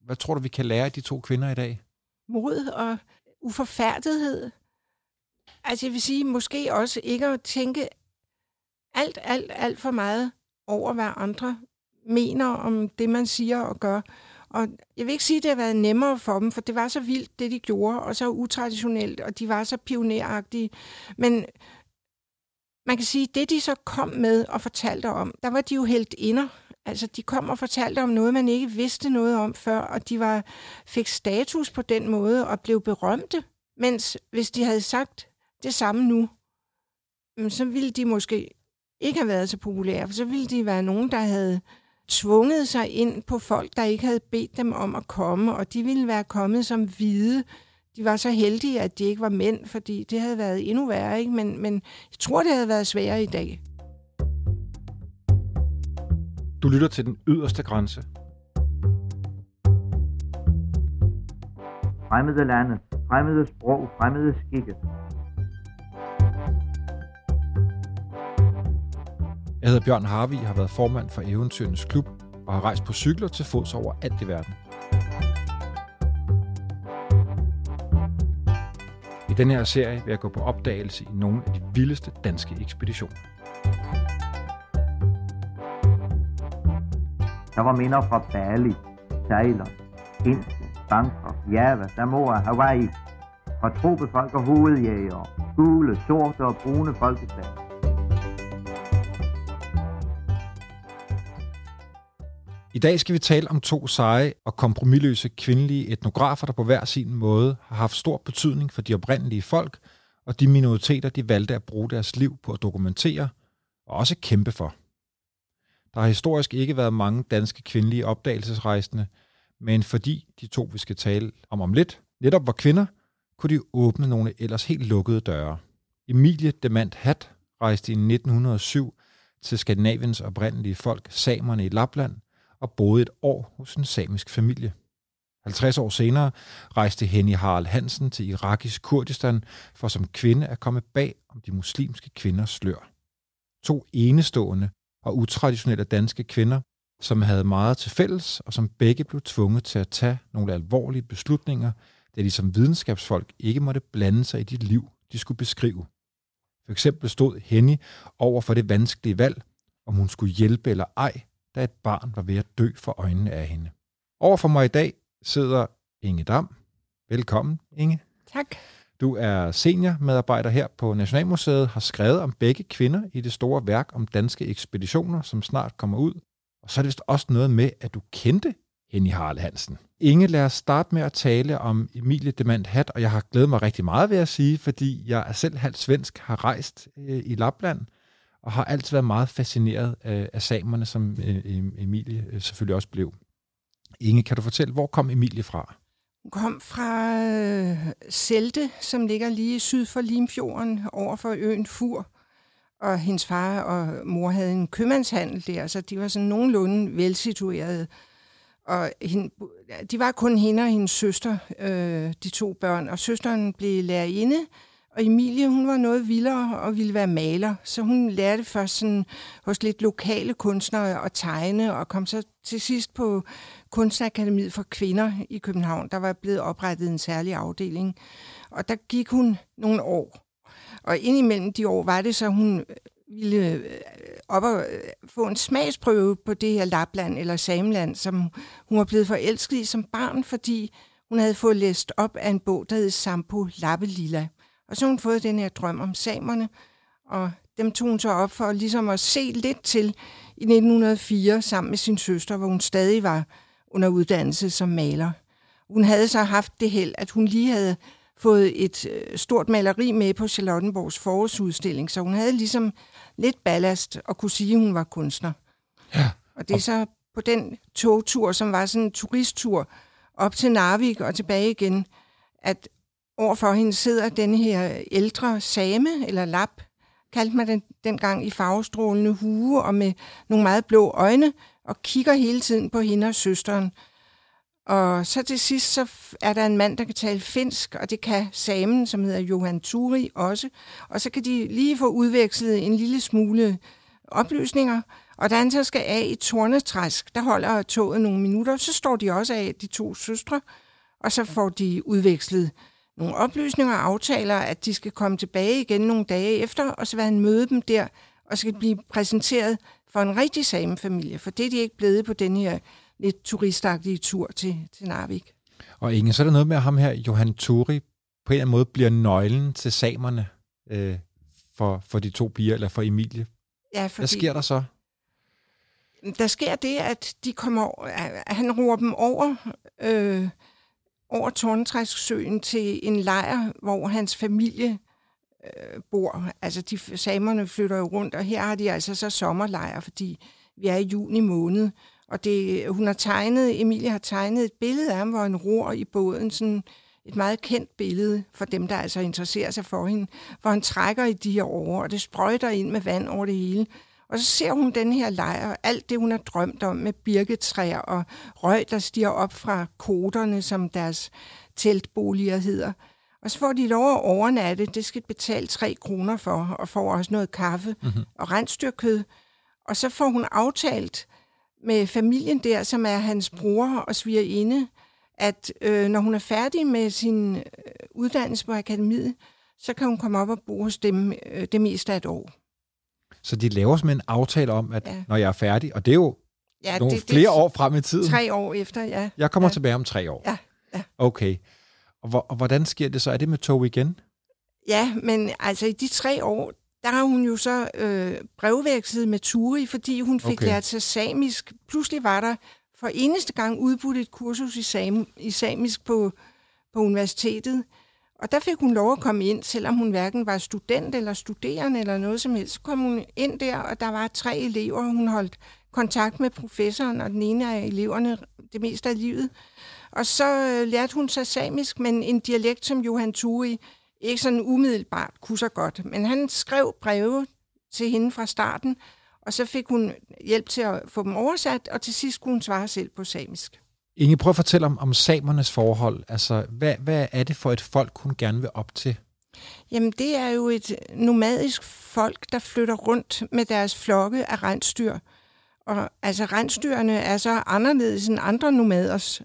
Hvad tror du, vi kan lære af de to kvinder i dag? Mod og uforfærdighed. Altså jeg vil sige, måske også ikke at tænke alt for meget over, hvad andre mener om det, man siger og gør. Og jeg vil ikke sige, at det har været nemmere for dem, for det var så vildt, det de gjorde, og så utraditionelt, og de var så pioneragtige. Men man kan sige, at det, de så kom med og fortalte om, der var de jo heltinder. Altså, de kom og fortalte om noget, man ikke vidste noget om før, og de fik status på den måde og blev berømte. Mens hvis de havde sagt det samme nu, så ville de måske ikke have været så populære, for så ville de være nogen, der havde tvunget sig ind på folk, der ikke havde bedt dem om at komme, og de ville være kommet som hvide. De var så heldige, at de ikke var mænd, fordi det havde været endnu værre, ikke? Men jeg tror, det havde været sværere i dag. Du lytter til Den Yderste Grænse. Fremmede lande, fremmede sprog, fremmede skikke. Jeg hedder Bjørn Harvig, har været formand for Eventyrenes Klub og har rejst på cykler til fods over alt i verden. I denne her serie vil jeg gå på opdagelse i nogle af de vildeste danske ekspeditioner. Der var minder fra Bali, Ceylon, Indien, Bangkok, Java, Samoa, Hawaii. Fra tropefolk og hovedjægere, gule, sorte og brune folkeslag. I dag skal vi tale om to seje og kompromisløse kvindelige etnografer, der på hver sin måde har haft stor betydning for de oprindelige folk og de minoriteter, de valgte at bruge deres liv på at dokumentere og også kæmpe for. Der har historisk ikke været mange danske kvindelige opdagelsesrejsende, men fordi de to, vi skal tale om lidt, netop var kvinder, kunne de åbne nogle ellers helt lukkede døre. Emilie Demand Hatt rejste i 1907 til Skandinaviens oprindelige folk, samerne i Lapland, og boede et år hos en samisk familie. 50 år senere rejste Henny Harald Hansen til irakisk Kurdistan for som kvinde at komme bag om de muslimske kvinders slør. To enestående og utraditionelle danske kvinder, som havde meget til fælles, og som begge blev tvunget til at tage nogle alvorlige beslutninger, da de som videnskabsfolk ikke måtte blande sig i de liv, de skulle beskrive. For eksempel stod Henny over for det vanskelige valg, om hun skulle hjælpe eller ej, da et barn var ved at dø for øjnene af hende. Overfor mig i dag sidder Inge Dam. Velkommen, Inge. Tak. Du er seniormedarbejder her på Nationalmuseet, har skrevet om begge kvinder i det store værk om danske ekspeditioner, som snart kommer ud. Og så er det vist også noget med, at du kendte Henny Harald Hansen. Inge, lad os starte med at tale om Emilie Demand Hatt, og jeg har glædet mig rigtig meget ved at sige, fordi jeg er selv halvt svensk, har rejst i Lapland, og har altid været meget fascineret af samerne, som Emilie selvfølgelig også blev. Inge, kan du fortælle, hvor kom Emilie fra? Hun kom fra Selte, som ligger lige syd for Limfjorden, over for øen Fur. Og hendes far og mor havde en købmandshandel der, så de var sådan nogenlunde velsituerede. Og de var kun hende og hendes søster, de to børn. Og søsteren blev lærerinde, og Emilie, hun var noget vildere og ville være maler. Så hun lærte først sådan hos lidt lokale kunstnere at tegne, og kom så til sidst på Kunstakademiet for Kvinder i København. Der var blevet oprettet en særlig afdeling. Og der gik hun nogle år. Og indimellem de år var det så, hun ville op og få en smagsprøve på det her Lapland eller Sameland, som hun var blevet forelsket i som barn, fordi hun havde fået læst op af en bog, der hed Sampo Lappelilla. Og så hun fået den her drøm om samerne, og dem tog hun så op for ligesom at se lidt til i 1904 sammen med sin søster, hvor hun stadig var under uddannelse som maler. Hun havde så haft det held, at hun lige havde fået et stort maleri med på Charlottenborgs forårsudstilling, så hun havde ligesom lidt ballast og kunne sige, at hun var kunstner. Ja. Og det er så på den togtur, som var sådan en turisttur op til Narvik og tilbage igen, at overfor hende sidder denne her ældre same, eller lap, kaldte man den dengang, i farvestrålende hue og med nogle meget blå øjne, og kigger hele tiden på hende og søsteren. Og så til sidst, så er der en mand, der kan tale finsk, og det kan samen, som hedder Johan Turi også. Og så kan de lige få udvekslet en lille smule oplysninger, Og da han så skal af i Tornetræsk, der holder toget nogle minutter, så står de også af, de 2 søstre, og så får de udvekslet nogle oplysninger og aftaler, at de skal komme tilbage igen nogle dage efter, og så vil han møde dem der, og skal blive præsenteret for en rigtig samefamilie, for det er de ikke blevet på den her lidt turistagtige tur til Narvik. Og Inge, så er der noget med ham her, Johan Turi, på en eller anden måde bliver nøglen til samerne for de 2 piger, eller for Emilie. Ja, fordi, hvad sker der så? Der sker det, at han roer dem over Tornetræsksøen til en lejr, hvor hans familie bor. Altså, samerne flytter jo rundt, og her har de altså så sommerlejr, fordi vi er i juni måned. Og Emilie har tegnet et billede af ham, hvor han ror i båden, sådan et meget kendt billede for dem, der altså interesserer sig for hende, hvor han trækker i de her årer, og det sprøjter ind med vand over det hele. Og så ser hun den her lejr, alt det, hun har drømt om med birketræer og røg, der stiger op fra koderne, som deres teltboliger hedder. Og så får de lov at overnatte. Det skal betale 3 kroner for, og får også noget kaffe og rensdyrkød. Og så får hun aftalt med familien der, som er hans bror og svigerinde, at når hun er færdig med sin uddannelse på akademiet, så kan hun komme op og bo hos dem det meste af et år. Så de laver simpelthen en aftale om, at når jeg er færdig, og det er jo flere år frem i tiden. 3 år efter, ja. Jeg kommer tilbage om 3 år. Ja. Okay. Og hvordan sker det så? Er det med tog igen? Ja, men altså i de 3 år, der har hun jo så brevvekslet med Turi, fordi hun fik lært sig samisk. Pludselig var der for eneste gang udbudt et kursus i samisk på universitetet. Og der fik hun lov at komme ind, selvom hun hverken var student eller studerende eller noget som helst. Så kom hun ind der, og der var 3 elever. Hun holdt kontakt med professoren, og den ene af eleverne det meste af livet. Og så lærte hun sig samisk, men en dialekt som Johan Turi ikke sådan umiddelbart kunne så godt. Men han skrev breve til hende fra starten, og så fik hun hjælp til at få dem oversat, og til sidst kunne hun svare selv på samisk. Inge, prøv at fortælle om samernes forhold. Altså, hvad er det for et folk, hun gerne vil op til? Jamen, det er jo et nomadisk folk, der flytter rundt med deres flokke af rensdyr. Og altså, rensdyrene er så anderledes end andre nomaders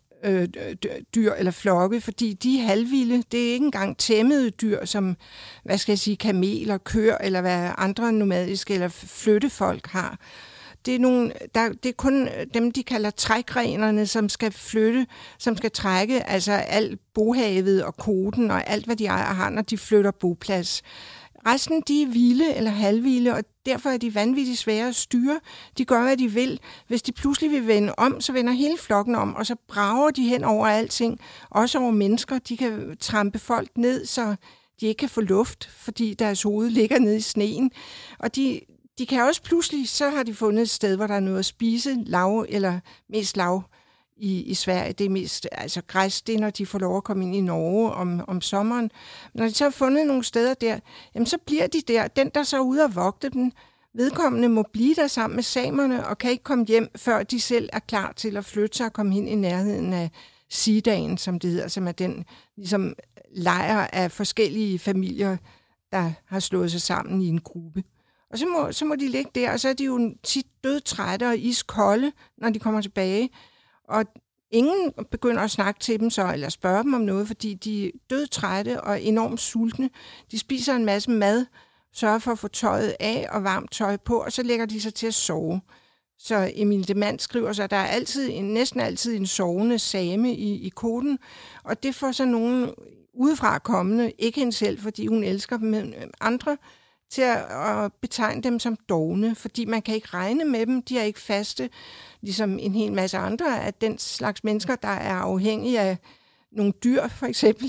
dyr eller flokke, fordi de er halvvilde. Det er ikke engang tæmmede dyr, som, kameler, køer, eller hvad andre nomadiske eller flyttefolk har. Det er kun dem, de kalder trækrenerne, som skal flytte, som skal trække altså alt bohavet og koden og alt, hvad de ejer har, når de flytter boplads. Resten, de er vilde eller halvvilde, og derfor er de vanvittigt svære at styre. De gør, hvad de vil. Hvis de pludselig vil vende om, så vender hele flokken om, og så brager de hen over alting, også over mennesker. De kan trampe folk ned, så de ikke kan få luft, fordi deres hoved ligger nede i sneen. Og de kan også pludselig, så har de fundet et sted, hvor der er noget at spise, lav eller mest lav i Sverige. Det er mest græs, det er, når de får lov at komme ind i Norge om sommeren. Når de så har fundet nogle steder der, jamen så bliver de der. Den, der så er ude og vogte dem, vedkommende må blive der sammen med samerne og kan ikke komme hjem, før de selv er klar til at flytte sig og komme ind i nærheden af Sidagen, som det hedder, som er den ligesom lejr af forskellige familier, der har slået sig sammen i en gruppe. Og så må de ligge der, og så er de jo tit dødtrætte og iskolde, når de kommer tilbage. Og ingen begynder at snakke til dem så, eller spørge dem om noget, fordi de er dødtrætte og enormt sultne. De spiser en masse mad, sørger for at få tøjet af og varmt tøj på, og så lægger de sig til at sove. Så Emil Demand skriver så, at der er næsten altid en sovende same i koden, og det får så nogen udefra kommende, ikke hende selv, fordi hun elsker dem, men andre, til at betegne dem som dovne, fordi man kan ikke regne med dem. De er ikke faste, ligesom en hel masse andre af den slags mennesker, der er afhængige af nogle dyr, for eksempel.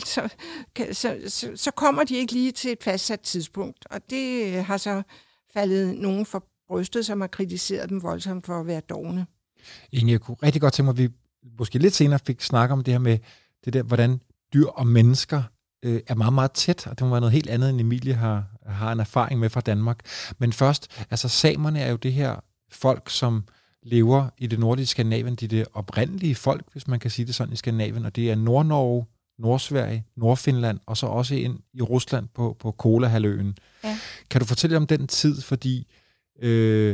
Så kommer de ikke lige til et fastsat tidspunkt. Og det har så faldet nogen for brystet, som har kritiseret dem voldsomt for at være dovne. Inge, jeg kunne rigtig godt tænke mig, at vi måske lidt senere fik snakket om det her med det der, hvordan dyr og mennesker er meget, meget tæt, og det må være noget helt andet, end Emilie har en erfaring med fra Danmark. Men først, altså samerne er jo det her folk, som lever i det nordlige Skandinavien. De er det oprindelige folk, hvis man kan sige det sådan i Skandinavien, og det er Nord-Norge, Nordsverige, Nordfinland, og så også ind i Rusland på Kolahalvøen. Ja. Kan du fortælle om den tid, fordi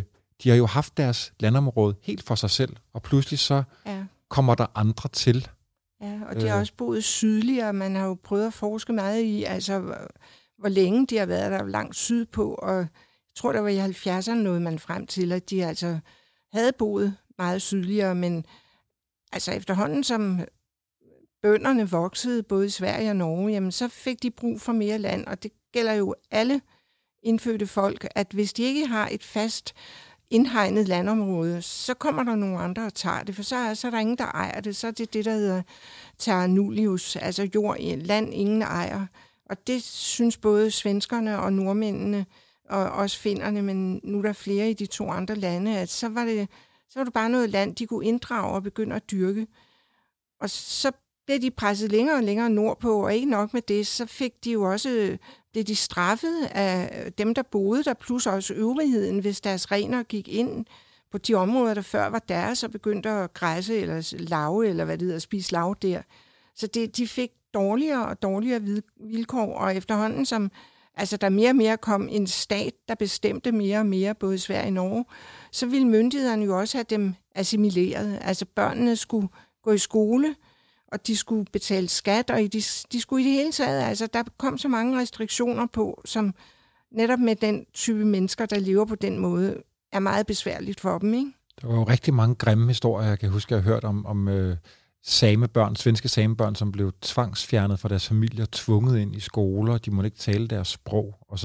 de har jo haft deres landområde helt for sig selv, og pludselig så kommer der andre til. Ja, og de har også boet sydligere. Man har jo prøvet at forske meget i, altså hvor længe de har været der langt sydpå, og jeg tror, der var i 70'erne noget man frem til, at de altså havde boet meget sydligere, men altså efterhånden som bønderne voksede, både i Sverige og Norge, jamen så fik de brug for mere land, og det gælder jo alle indfødte folk, at hvis de ikke har et fast indhegnet landområde, så kommer der nogle andre og tager det, for så er der ingen, der ejer det. Så er det det, der hedder terra nullius, altså jord i land, ingen ejer. Og det synes både svenskerne og nordmændene, og også finnerne, men nu er der flere i de 2 andre lande, at så var det bare noget land, de kunne inddrage og begynde at dyrke. Og så blev de presset længere og længere nordpå, og ikke nok med det, så fik de jo også, blev de straffet af dem, der boede der, plus også øvrigheden, hvis deres rener gik ind på de områder, der før var deres, og begyndte at græsse eller lave, eller hvad det hedder, spise lav der. Så de fik dårligere og dårligere vilkår, og efterhånden som der mere og mere kom en stat, der bestemte mere og mere, både i Sverige og Norge, så ville myndighederne jo også have dem assimileret. Altså børnene skulle gå i skole, og de skulle betale skat, og de skulle i det hele taget, der kom så mange restriktioner på, som netop med den type mennesker, der lever på den måde, er meget besværligt for dem, ikke? Der var jo rigtig mange grimme historier, jeg kan huske, jeg har hørt om samebørn, svenske samebørn, som blev tvangsfjernet fra deres familier, tvunget ind i skoler, de måtte ikke tale deres sprog, osv.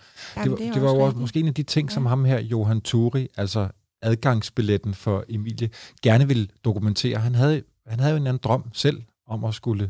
Det var jo også måske en af de ting, som ham her, Johan Turi, altså adgangsbilletten for Emilie, gerne ville dokumentere. Han havde jo en anden drøm selv om at skulle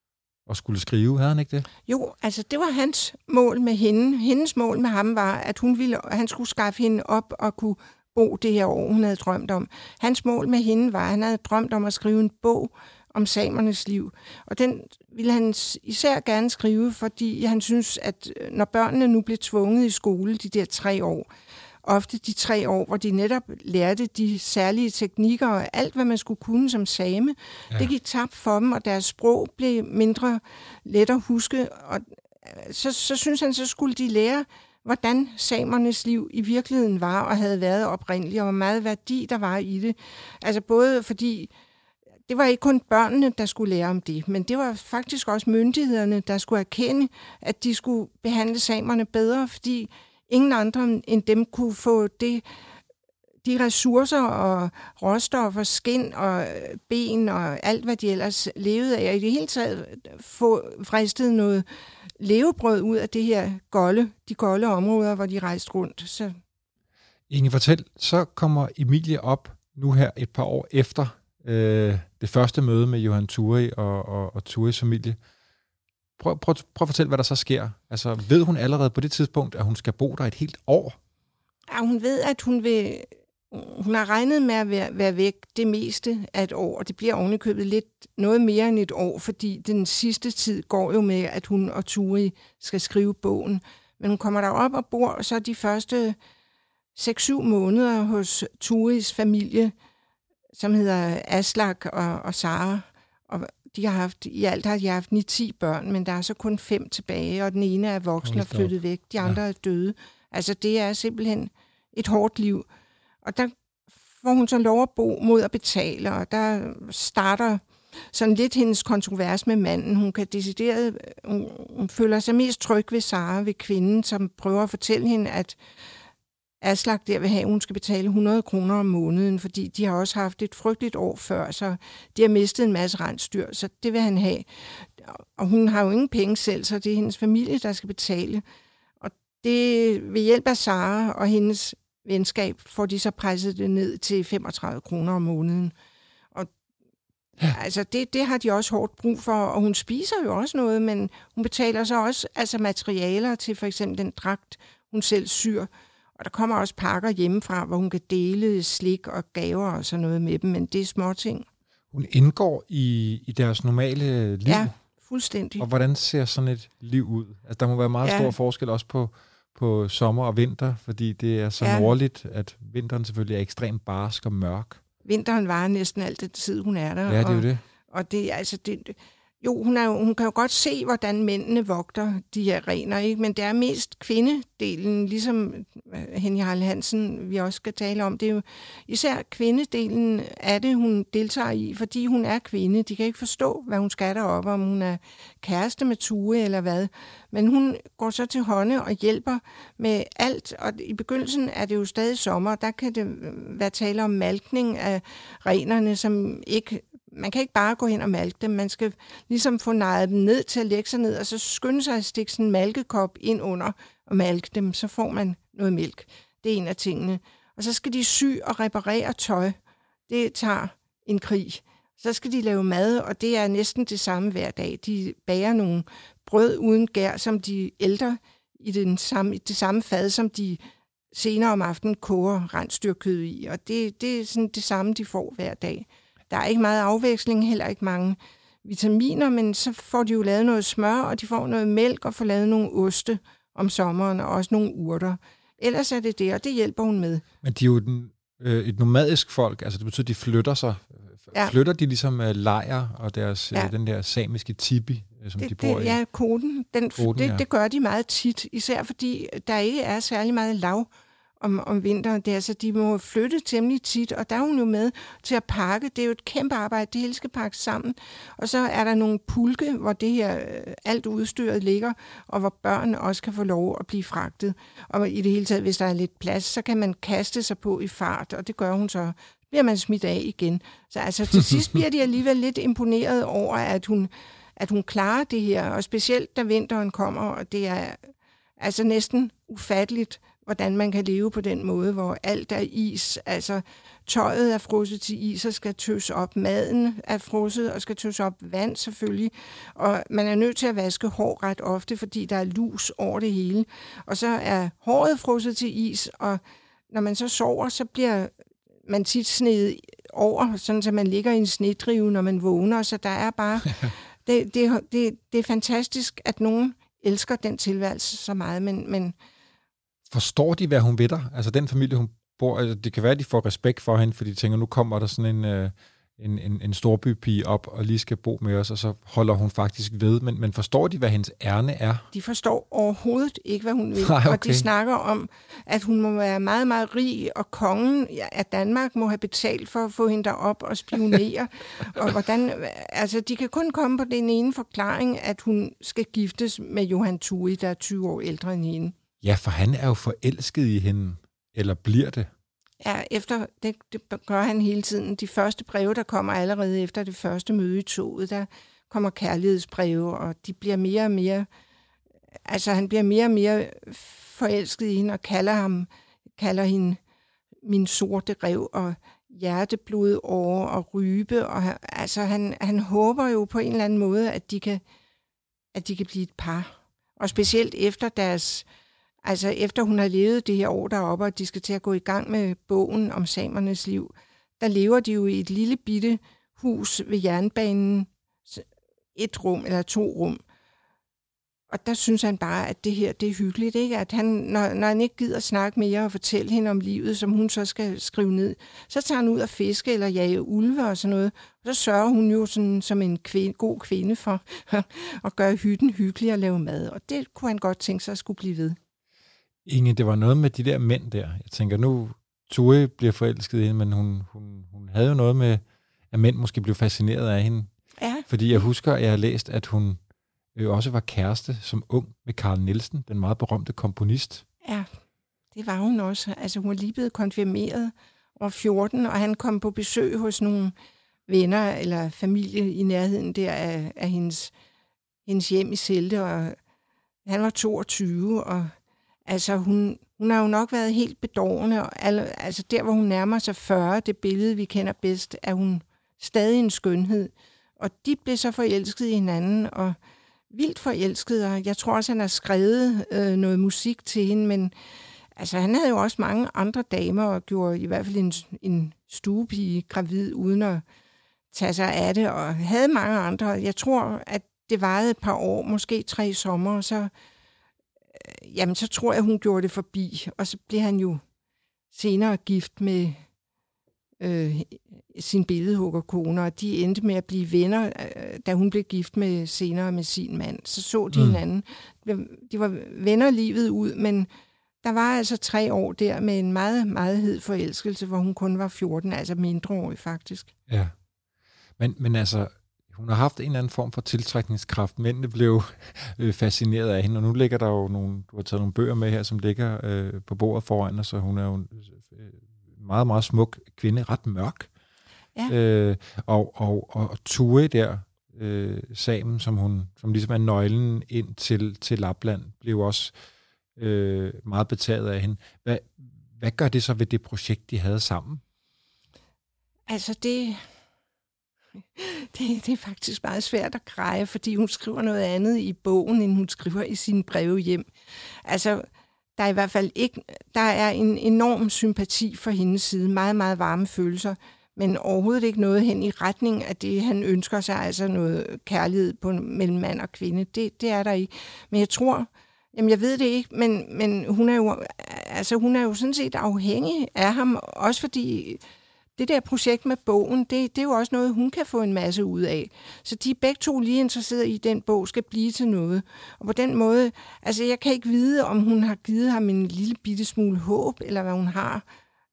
skrive, havde han ikke det? Jo, det var hans mål med hende. Hendes mål med ham var, at han skulle skaffe hende op og kunne bo det her år, hun havde drømt om. Hans mål med hende var, at han havde drømt om at skrive en bog om samernes liv. Og den ville han især gerne skrive, fordi han synes, at når børnene nu blev tvunget i skole de der 3 år, ofte de 3 år, hvor de netop lærte de særlige teknikker og alt, hvad man skulle kunne som same. Ja. Det gik tabt for dem, og deres sprog blev mindre let at huske. Og så synes han, så skulle de lære, hvordan samernes liv i virkeligheden var og havde været oprindeligt, og hvor meget værdi der var i det. Både fordi det var ikke kun børnene, der skulle lære om det, men det var faktisk også myndighederne, der skulle erkende, at de skulle behandle samerne bedre, fordi ingen andre end dem kunne få de ressourcer og råstoffer, skind og ben og alt, hvad de ellers levede af, og i det hele taget få fristet noget levebrød ud af det her de golde områder, hvor de rejste rundt. Så. Inge, fortæl, så kommer Emilie op nu her et par år efter det første møde med Johan Turi og Turis familie. Prøv at fortælle, hvad der så sker. Ved hun allerede på det tidspunkt, at hun skal bo der et helt år? Ja, hun ved, at hun har regnet med at være væk det meste af et år, og det bliver ovenikøbet noget mere end et år, fordi den sidste tid går jo med, at hun og Turi skal skrive bogen. Men hun kommer derop og bor så de første 6-7 måneder hos Turis familie, som hedder Aslak og Sara, og i alt har de haft 9-10 børn, men der er så kun 5 tilbage, og den ene er voksen og flyttet væk. De andre er døde. Det er simpelthen et hårdt liv. Og der får hun så lov at bo mod at betale, og der starter sådan lidt hendes kontrovers med manden. Hun føler sig mest tryg ved Sara, ved kvinden, som prøver at fortælle hende, at Aslak der vil have, at hun skal betale 100 kroner om måneden, fordi de har også haft et frygteligt år før, så de har mistet en masse rensdyr, så det vil han have. Og hun har jo ingen penge selv, så det er hendes familie, der skal betale. Og det ved hjælp af Sara og hendes venskab får de så presset det ned til 35 kroner om måneden. Og det har de også hårdt brug for, og hun spiser jo også noget, men hun betaler så også materialer til for eksempel den dragt, hun selv syr. Og der kommer også pakker hjemmefra, hvor hun kan dele slik og gaver og sådan noget med dem, men det er småting. Hun indgår i deres normale liv? Ja, fuldstændig. Og hvordan ser sådan et liv ud? Der må være meget stor forskel også på sommer og vinter, fordi det er så nordligt, at vinteren selvfølgelig er ekstremt barsk og mørk. Vinteren varer næsten alt det tid, hun er der. Ja, det er jo det. Og det Jo, hun kan jo godt se, hvordan mændene vogter de her rener, ikke? Men det er mest kvindedelen, ligesom Henny Harald Hansen, vi også skal tale om. Det er jo især kvindedelen af det, hun deltager i, fordi hun er kvinde. De kan ikke forstå, hvad hun skal deroppe, om hun er kæreste med Tue eller hvad. Men hun går så til hånde og hjælper med alt, og i begyndelsen er det jo stadig sommer. Der kan det være tale om malkning af renerne, som ikke... Man kan ikke bare gå hen og malke dem. Man skal ligesom få nejet dem ned til at lægge sig ned, og så skynde sig at stikke sådan en malkekop ind under og malke dem. Så får man noget mælk. Det er en af tingene. Og så skal de sy og reparere tøj. Det tager en krig. Så skal de lave mad, og det er næsten det samme hver dag. De bager nogle brød uden gær, som de ælter i det samme fad, som de senere om aftenen koger rensdyrkød i. Og det er sådan det samme, de får hver dag. Der er ikke meget afveksling, heller ikke mange vitaminer, men så får de jo lavet noget smør, og de får noget mælk og får lavet nogle oste om sommeren, og også nogle urter. Ellers er det, og det hjælper hun med. Men de er jo et nomadisk folk, altså det betyder, at de flytter sig. Ja. Flytter de ligesom lejr og deres, den der samiske tipi, som de bor i? Ja, koden. Det gør de meget tit, især fordi der ikke er særlig meget lav om vinteren der, så de må flytte temmelig tit, og der er hun jo med til at pakke. Det er jo et kæmpe arbejde, det hele skal pakkes sammen. Og så er der nogle pulke, hvor det her alt udstyret ligger, og hvor børn også kan få lov at blive fragtet. Og i det hele taget, hvis der er lidt plads, så kan man kaste sig på i fart, og det gør hun så. Bliver man smidt af igen. Så altså til sidst bliver de alligevel lidt imponeret over, at hun klarer det her, og specielt da vinteren kommer, og det er altså næsten ufatteligt, hvordan man kan leve på den måde, hvor alt er is, altså tøjet er frosset til is og skal tøs op, maden er frosset og skal tøs op, vand selvfølgelig, og man er nødt til at vaske hår ret ofte, fordi der er lus over det hele, og så er håret frosset til is, og når man så sover, så bliver man tit snedet over, sådan så man ligger i en snedrive, når man vågner, så der er bare, det er fantastisk, at nogen elsker den tilværelse så meget, men forstår de, hvad hun ved der? Altså den familie, hun bor... Altså, det kan være, at de får respekt for hende, fordi de tænker, nu kommer der sådan en storbypige op og lige skal bo med os, og så holder hun faktisk ved. Men forstår de, hvad hendes ærne er? De forstår overhovedet ikke, hvad hun vil. Nej, okay. Og de snakker om, at hun må være meget, meget rig, og kongen af Danmark må have betalt for at få hende derop og spionere. Og hvordan... Altså, de kan kun komme på den ene forklaring, at hun skal giftes med Johan Tue, der er 20 år ældre end hende. Ja, for han er jo forelsket i hende, eller bliver det? Ja, det gør han hele tiden. De første breve, der kommer allerede efter det første møde i toget, der kommer kærlighedsbreve, og de bliver mere og mere... Altså, han bliver mere og mere forelsket i hende, og kalder hende min sorte ræv, og hjerteblod over og rybe. Og, altså, han håber jo på en eller anden måde, at de kan blive et par. Og specielt efter deres... Altså efter hun har levet det her år deroppe, og de skal til at gå i gang med bogen om samernes liv, der lever de jo i et lille bitte hus ved jernbanen, 1 rum eller 2 rum. Og der synes han bare, at det her, det er hyggeligt, ikke? At han, når han ikke gider snakke mere og fortælle hende om livet, som hun så skal skrive ned, så tager han ud og fiske eller jage ulve og sådan noget. Og så sørger hun jo sådan, som en god kvinde for at gøre hytten hyggelig og lave mad. Og det kunne han godt tænke sig at skulle blive ved. Inge, det var noget med de der mænd der. Jeg tænker, nu Tue bliver forelsket i hende, men hun havde jo noget med, at mænd måske blev fascineret af hende. Ja. Fordi jeg husker, at jeg har læst, at hun også var kæreste som ung med Carl Nielsen, den meget berømte komponist. Ja, det var hun også. Altså, hun var lige blevet konfirmeret og 14, og han kom på besøg hos nogle venner eller familie i nærheden der af hendes hjem i Selde, og han var 22, og altså, hun har jo nok været helt bedårende, og altså der, hvor hun nærmer sig 40, det billede, vi kender bedst, er hun stadig en skønhed. Og de blev så forelsket i hinanden, og vildt forelsket, og jeg tror også, han har skrevet noget musik til hende, men altså, han havde jo også mange andre damer, og gjorde i hvert fald en stuepige gravid, uden at tage sig af det, og havde mange andre. Jeg tror, at det varede et par år, måske 3 sommer, og så tror jeg, hun gjorde det forbi. Og så blev han jo senere gift med sin billedhuggerkone, og de endte med at blive venner, da hun blev gift senere med sin mand. Så de hinanden. De var venner livet ud, men der var altså 3 år der med en meget, meget hed forelskelse, hvor hun kun var 14, altså mindreårig faktisk. Ja, men altså, hun har haft en eller anden form for tiltrækningskraft. Mændene blev fascineret af hende, og nu ligger der jo du har taget nogle bøger med her, som ligger på bordet foran os, så hun er jo en meget, meget smuk kvinde, ret mørk. Ja. Og Tue der, samen, som ligesom er nøglen ind til Lapland, blev også meget betaget af hende. Hvad gør det så ved det projekt, de havde sammen? Altså det er faktisk meget svært at greje, fordi hun skriver noget andet i bogen, end hun skriver i sine breve hjem. Altså, der er i hvert fald ikke, der er en enorm sympati for hendes side, meget, meget varme følelser, men overhovedet ikke noget hen i retning af det, han ønsker sig, altså noget kærlighed mellem mand og kvinde. Det er der ikke. Men jeg tror, jeg ved det ikke, men hun er jo sådan set afhængig af ham, også fordi det der projekt med bogen, det er jo også noget, hun kan få en masse ud af. Så de er begge to lige interesserede i, at den bog skal blive til noget. Og på den måde, altså jeg kan ikke vide, om hun har givet ham en lille bitte smule håb, eller hvad hun har.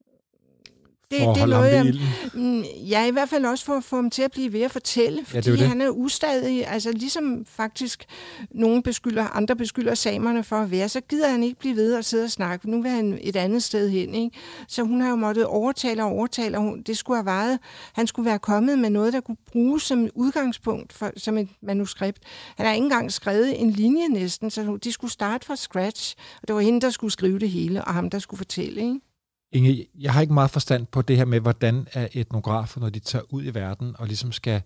Det er noget, jeg i hvert fald også for at få ham til at blive ved at fortælle, fordi han er ustadig, altså ligesom faktisk andre beskylder samerne for at være, så gider han ikke blive ved at sidde og snakke, nu vil han et andet sted hen, ikke? Så hun har jo måttet overtale, det skulle have varet, han skulle være kommet med noget, der kunne bruges som udgangspunkt, som et manuskript. Han har ikke engang skrevet en linje næsten, så de skulle starte fra scratch, og det var hende, der skulle skrive det hele, og ham, der skulle fortælle, ikke? Inge, jeg har ikke meget forstand på det her med, hvordan er etnografer, når de tager ud i verden og ligesom skal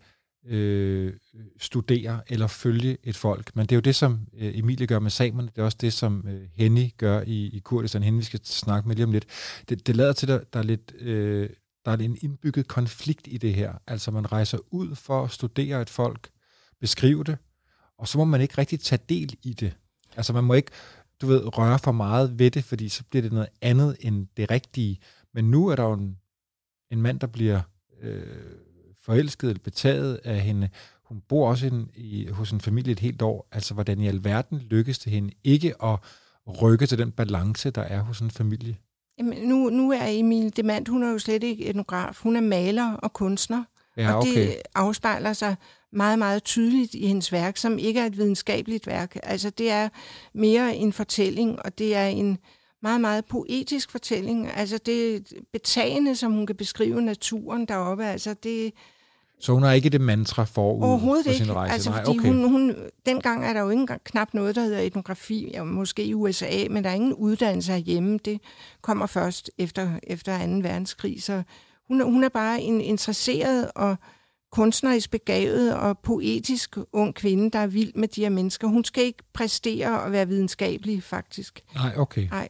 studere eller følge et folk. Men det er jo det, som Emilie gør med samerne. Det er også det, som Henny gør i Kurdistan. Henny, vi skal snakke med lige om lidt. Det lader til, at der er en indbygget konflikt i det her. Altså man rejser ud for at studere et folk, beskrive det, og så må man ikke rigtig tage del i det. Altså man må ikke røre for meget ved det, fordi så bliver det noget andet end det rigtige. Men nu er der jo en mand, der bliver forelsket eller betaget af hende. Hun bor også hos en familie et helt år. Altså, hvordan i alverden lykkes det hende ikke at rykke til den balance, der er hos en familie? Jamen, nu er Emilie Demant, hun er jo slet ikke etnograf. Hun er maler og kunstner. Ja, okay. Og det afspejler sig meget, meget tydeligt i hendes værk, som ikke er et videnskabeligt værk. Altså, det er mere en fortælling, og det er en meget, meget poetisk fortælling. Altså, det er betagende, som hun kan beskrive naturen deroppe. Altså, det... Så hun har ikke det mantra forud for sin rejse? Altså, nej, fordi hun, dengang er der jo ikke knap noget, der hedder etnografi, ja, måske i USA, men der er ingen uddannelse herhjemme. Det kommer først efter 2. verdenskrig, så hun er bare en interesseret og kunstnerisk begavet og poetisk ung kvinde, der er vild med de her mennesker. Hun skal ikke præstere og være videnskabelig, faktisk. Nej, okay. Nej.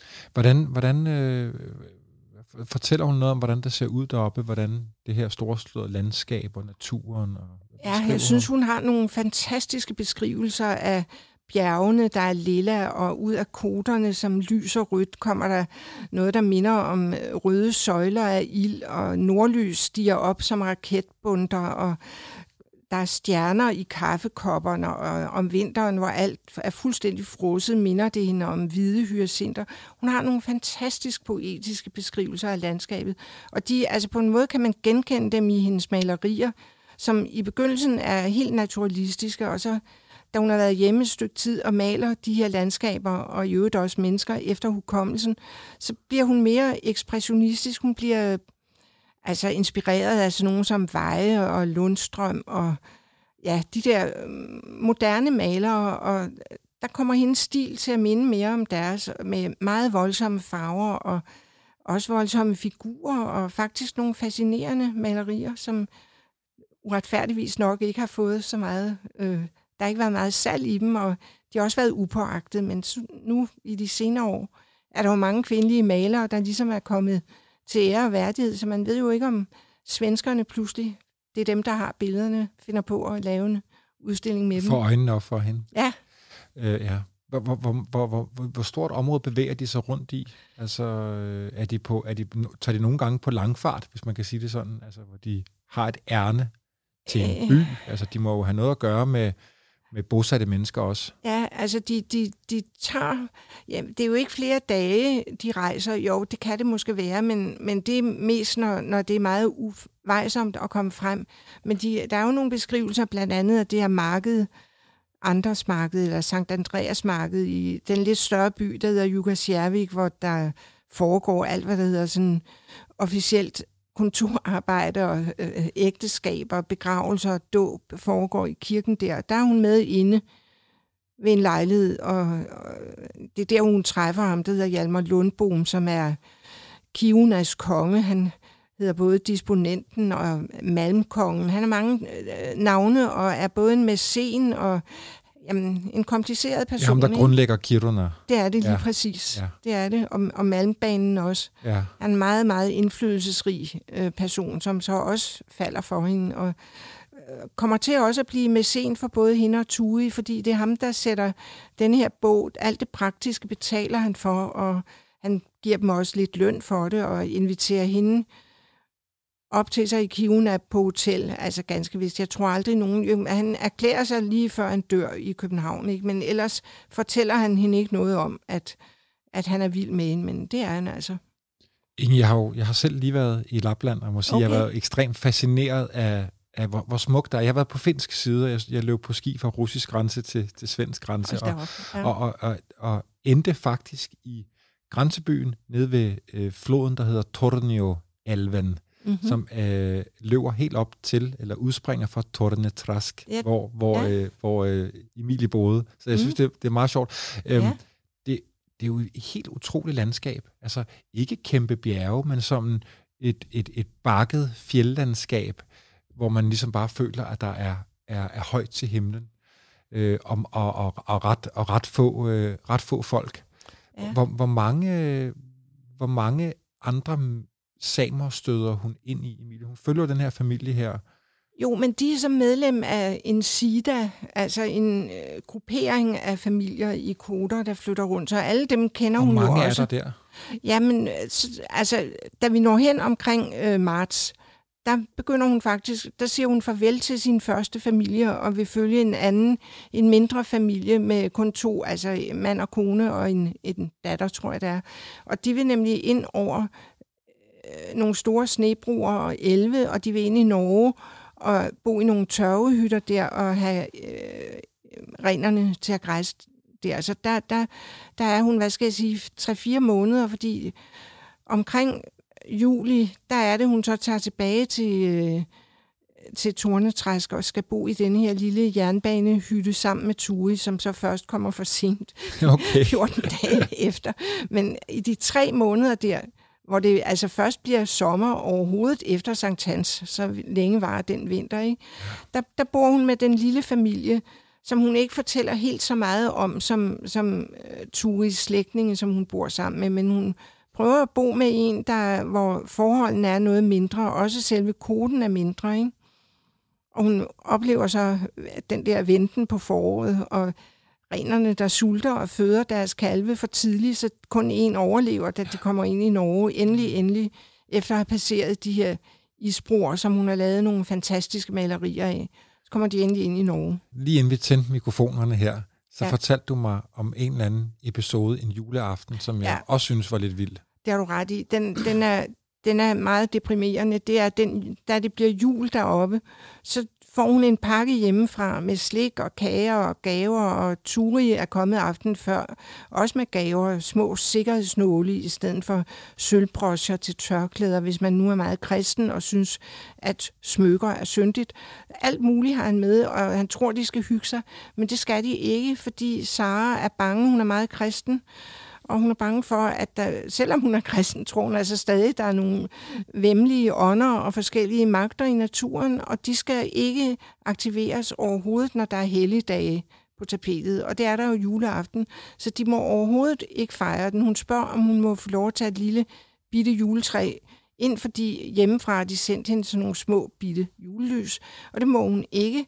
Hvordan fortæller hun noget om, hvordan det ser ud deroppe, hvordan det her storslåede landskab og naturen? Ja, jeg synes, hun har nogle fantastiske beskrivelser af bjergene, der er lilla, og ud af koderne, som lys og rødt, kommer der noget, der minder om røde søjler af ild, og nordlys stiger op som raketbunter, og der er stjerner i kaffekopperne, og om vinteren, hvor alt er fuldstændig frosset, minder det hende om hvide hyacinter. Hun har nogle fantastisk poetiske beskrivelser af landskabet, og altså på en måde kan man genkende dem i hendes malerier, som i begyndelsen er helt naturalistiske, og så da hun har været hjemme et stykke tid og maler de her landskaber, og i øvrigt også mennesker efter hukommelsen, så bliver hun mere ekspressionistisk. Hun bliver altså inspireret af sådan nogen som Weje og Lundstrøm, og ja, de der moderne malere, og der kommer hendes stil til at minde mere om deres, med meget voldsomme farver, og også voldsomme figurer, og faktisk nogle fascinerende malerier, som uretfærdigvis nok ikke har fået så meget... Der har ikke været meget salg i dem, og de har også været upåagtet, men nu i de senere år er der jo mange kvindelige malere, der ligesom er kommet til ære og værdighed, så man ved jo ikke, om svenskerne pludselig, det er dem, der har billederne, finder på at lave en udstilling med dem. For øjnene op for hende. Ja. Ja. Hvor stort område bevæger de sig rundt i? Altså, tager de nogle gange på langfart, hvis man kan sige det sådan, altså, hvor de har et ærne til en by? Altså, de må jo have noget at gøre med bosatte mennesker også. Ja, altså de tager... Ja, det er jo ikke flere dage, de rejser. Jo, det kan det måske være, men det er mest, når det er meget uvejsomt at komme frem. Men der er jo nogle beskrivelser, blandt andet af det her marked, Andres marked, eller Sankt Andreas marked, i den lidt større by, der hedder Jugasjærvik, hvor der foregår alt, hvad der hedder sådan officielt kontorarbejde og ægteskaber, begravelser og dåb foregår i kirken der. Der er hun med inde ved en lejlighed, og det er der, hun træffer ham. Det hedder Hjalmar Lundbom, som er Kirunas konge. Han hedder både disponenten og malmkongen. Han har mange navne og er både en mæcen og en kompliceret person. Det er ham, der grundlægger Kiruna. Det er det lige præcis. Ja. Det er det. Og malmbanen også. Ja. Han er en meget, meget indflydelsesrig person, som så også falder for hende. Og kommer til også at blive mæcen for både hende og Turi, fordi det er ham, der sætter den her båd. Alt det praktiske betaler han for, og han giver dem også lidt løn for det, og inviterer hende op til sig i Kiruna på hotel, altså ganske vist. Jeg tror aldrig nogen... Han erklærer sig lige før han dør i København, ikke? Men ellers fortæller han hende ikke noget om, at han er vild med hende, men det er han altså. Inge, jeg har selv lige været i Lapland, og må sige, jeg har været ekstremt fascineret af hvor smukt der er. Jeg har været på finsk side, og jeg løb på ski fra russisk grænse til svensk grænse, og endte faktisk i grænsebyen nede ved floden, der hedder Tornio-elven, som løber helt op til, eller udspringer fra Tornetrask, hvor Emilie boede. Så jeg synes, det er meget sjovt. Det er jo et helt utroligt landskab. Altså ikke kæmpe bjerge, men som et bakket fjeldlandskab, hvor man ligesom bare føler, at der er højt til himlen, og ret få folk. Ja. Hvor mange andre samer støder hun ind i, Emilie? Hun følger den her familie her. Jo, men de er som medlem af en SIDA, altså en gruppering af familier i Koder, der flytter rundt. Så alle dem kender hun jo også. Hvor mange er der? Jamen, altså, da vi når hen omkring marts, der begynder hun faktisk, der siger hun farvel til sin første familie, og vil følge en mindre familie med kun 2, altså mand og kone og en datter, tror jeg det er. Og de vil nemlig ind over nogle store snebroer og elve, og de vil ind i Norge og bo i nogle tørvehytter der og have renerne til at græsse der. Så der er hun, 3-4 måneder, fordi omkring juli, der er det, hun så tager tilbage til Tornetræsk og skal bo i denne her lille jernbanehytte sammen med Turi, som så først kommer for sent, 14 dage efter. Men i de 3 måneder der, hvor det altså først bliver sommer overhovedet efter Sankt Hans, så længe var den vinter, ikke? Der bor hun med den lille familie, som hun ikke fortæller helt så meget om, som Turis slægtninge, som hun bor sammen med, men hun prøver at bo med en, hvor forholdene er noget mindre, og også selve koden er mindre, ikke? Og hun oplever så den der venten på foråret, og renerne, der sulter og føder deres kalve for tidligt, så kun en overlever, da de kommer ind i Norge. Endelig, efter at have passeret de her isbroer, som hun har lavet nogle fantastiske malerier af, så kommer de endelig ind i Norge. Lige inden vi tændte mikrofonerne her, så fortalte du mig om en eller anden episode, en juleaften, som jeg også synes var lidt vild. Det har du ret i. Den er meget deprimerende. Det er da det bliver jul deroppe, så får hun en pakke hjemmefra med slik og kager og gaver, og Turi er kommet aftenen før, også med gaver, små sikkerhedsnåle i stedet for sølvbroscher til tørklæder, hvis man nu er meget kristen og synes, at smykker er syndigt. Alt muligt har han med, og han tror, de skal hygge sig, men det skal de ikke, fordi Sara er bange, hun er meget kristen, og hun er bange for, at selvom hun er kristen, tror hun altså stadig, der er nogle væmmelige ånder og forskellige magter i naturen, og de skal ikke aktiveres overhovedet, når der er helligdage på tapetet. Og det er der jo juleaften, så de må overhovedet ikke fejre den. Hun spørger, om hun må få lov at tage et lille bitte juletræ ind, fordi hjemmefra de sendt hende sådan nogle små bitte julelys, og det må hun ikke.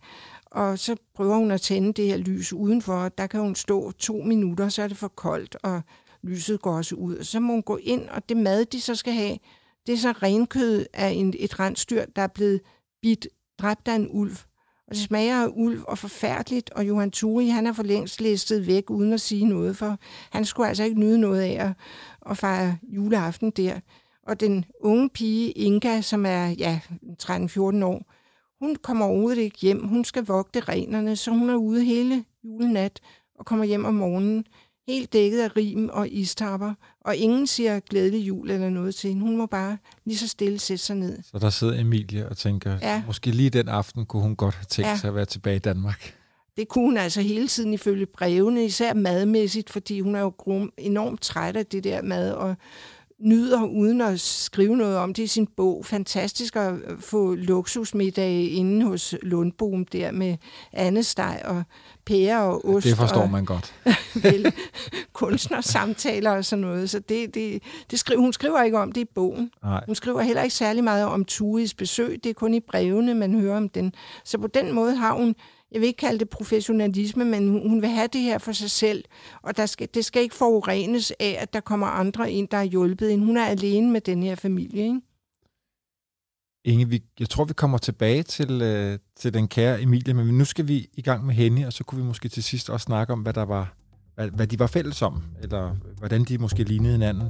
Og så prøver hun at tænde det her lys udenfor. Der kan hun stå 2 minutter, så er det for koldt, og lyset går også ud. Så må hun gå ind, og det mad, de så skal have, det er så renkød af et rensdyr, der er blevet dræbt af en ulv. Og det smager af ulv og forfærdeligt, og Johan Turi, han er for længst læstet væk, uden at sige noget, for han skulle altså ikke nyde noget af at fejre juleaften der. Og den unge pige, Inga, som er 13-14 år, hun kommer overhovedet ikke hjem. Hun skal vogte renerne, så hun er ude hele julenat og kommer hjem om morgenen, helt dækket af rim og istapper, og ingen siger glædelig jul eller noget til hende. Hun må bare lige så stille sætte sig ned. Så der sidder Emilie og tænker, måske lige den aften kunne hun godt have tænkt sig at være tilbage i Danmark. Det kunne hun altså hele tiden ifølge brevene, især madmæssigt, fordi hun er jo enormt træt af det der mad, og nyder uden at skrive noget om det i sin bog. Fantastisk at få luksusmiddage inde hos Lundboom der med andesteg og pære og ost. Det forstår man godt. Kunstnersamtaler og sådan noget. Så hun skriver ikke om det i bogen. Nej. Hun skriver heller ikke særlig meget om Turis besøg. Det er kun i brevene, man hører om den. Så på den måde har hun, jeg vil ikke kalde det professionalisme, men hun vil have det her for sig selv, og det skal ikke forurenes af, at der kommer andre ind, der er hjulpet hende. Hun er alene med den her familie, ikke? Inge, jeg tror, vi kommer tilbage til den kære Emilie, men nu skal vi i gang med hende, og så kunne vi måske til sidst også snakke om, hvad de var fælles om, eller hvordan de måske lignede hinanden.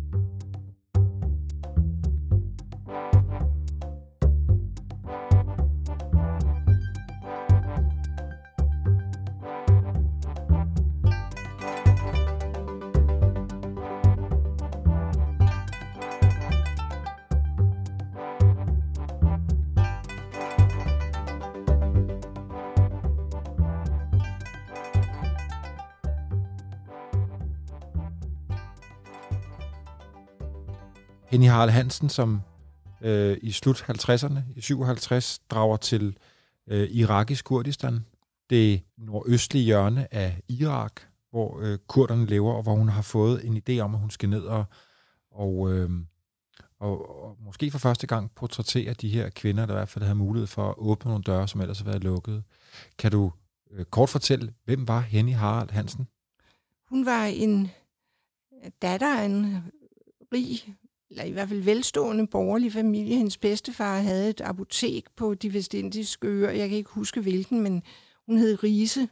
Henny Harald Hansen, som i slut 50'erne, i 57, drager til irakisk Kurdistan, det nordøstlige hjørne af Irak, hvor kurderne lever, og hvor hun har fået en idé om, at hun skal ned og måske for første gang portrættere de her kvinder, der i hvert fald havde mulighed for at åbne nogle døre, som ellers havde været lukket. Kan du kort fortælle, hvem var Henny Harald Hansen? Hun var en datter af en rig, eller i hvert fald velstående borgerlig familie. Hendes bedstefar havde et apotek på de vestindiske øer. Jeg kan ikke huske hvilken, men hun hed Riese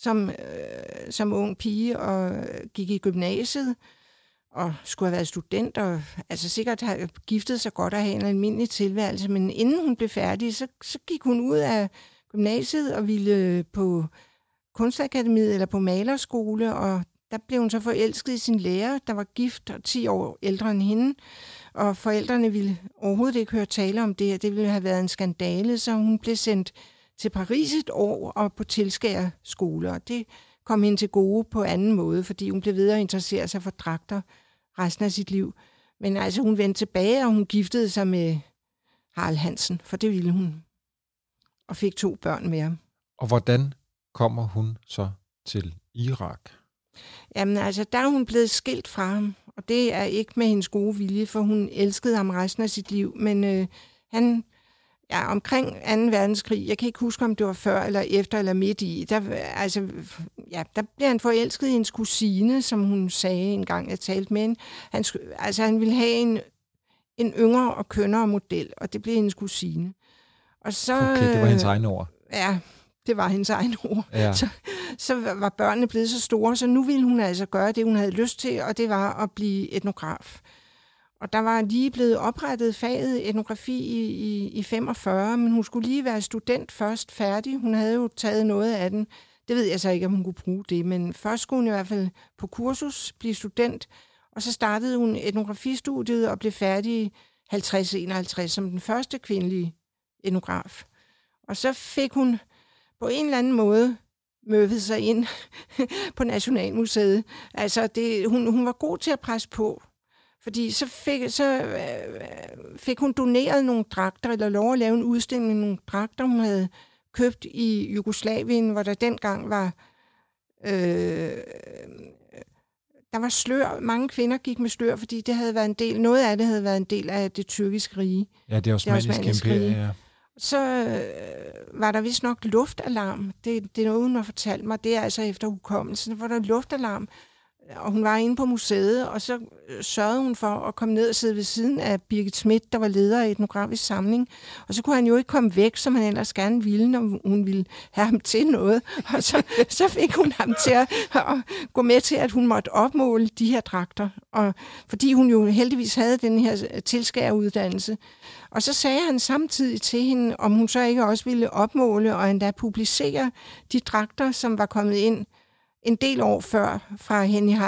som ung pige og gik i gymnasiet og skulle have været student og altså sikkert have giftet sig godt og have en almindelig tilværelse. Men inden hun blev færdig, så gik hun ud af gymnasiet og ville på kunstakademiet eller på malerskole, og der blev hun så forelsket i sin lærer, der var gift og 10 år ældre end hende, og forældrene ville overhovedet ikke høre tale om det, og det ville have været en skandale, så hun blev sendt til Paris et år og på tilskærerskole, og det kom hende til gode på anden måde, fordi hun blev ved at interessere sig for dragter resten af sit liv. Men altså, hun vendte tilbage, og hun giftede sig med Harald Hansen, for det ville hun, og fik 2 børn med ham. Og hvordan kommer hun så til Irak? Jamen altså, der er hun blevet skilt fra ham, og det er ikke med hendes gode vilje, for hun elskede ham resten af sit liv. Men han, omkring 2. verdenskrig, jeg kan ikke huske, om det var før eller efter eller midt i, der blev han forelsket i hendes kusine, som hun sagde en gang, jeg talte med hende. Han ville have en yngre og kønnere model, og det blev hendes kusine. Og så, okay, det var hendes egne ord. Ja, det var hendes egne ord. Ja. Så var børnene blevet så store, så nu ville hun altså gøre det, hun havde lyst til, og det var at blive etnograf. Og der var lige blevet oprettet faget etnografi i 45, men hun skulle lige være student først færdig. Hun havde jo taget noget af den. Det ved jeg så ikke, om hun kunne bruge det, men først skulle hun i hvert fald på kursus blive student, og så startede hun etnografistudiet og blev færdig i 50-51 som den første kvindelige etnograf. Og så fik hun på en eller anden måde møvet sig ind på Nationalmuseet. Altså, hun var god til at presse på, fordi så fik hun doneret nogle dragter, eller lov at lave en udstilling med nogle dragter, hun havde købt i Jugoslavien, hvor der dengang var der var slør. Mange kvinder gik med slør, fordi det havde været noget af det havde været en del af det tyrkiske rige. Ja, det osmanniske imperium, ja. Så var der vist nok luftalarm. Det er noget, hun har fortalt mig. Det er altså efter hukommelsen. Hvor der var luftalarm, og hun var inde på museet, og så sørgede hun for at komme ned og sidde ved siden af Birgit Schmidt, der var leder af Etnografisk Samling. Og så kunne han jo ikke komme væk, som han ellers gerne ville, når hun ville have ham til noget. Og så fik hun ham til at gå med til, at hun måtte opmåle de her dragter. Og fordi hun jo heldigvis havde den her tilskæreruddannelse. Og så sagde han samtidig til hende, om hun så ikke også ville opmåle og endda publicere de dragter, som var kommet ind en del år før fra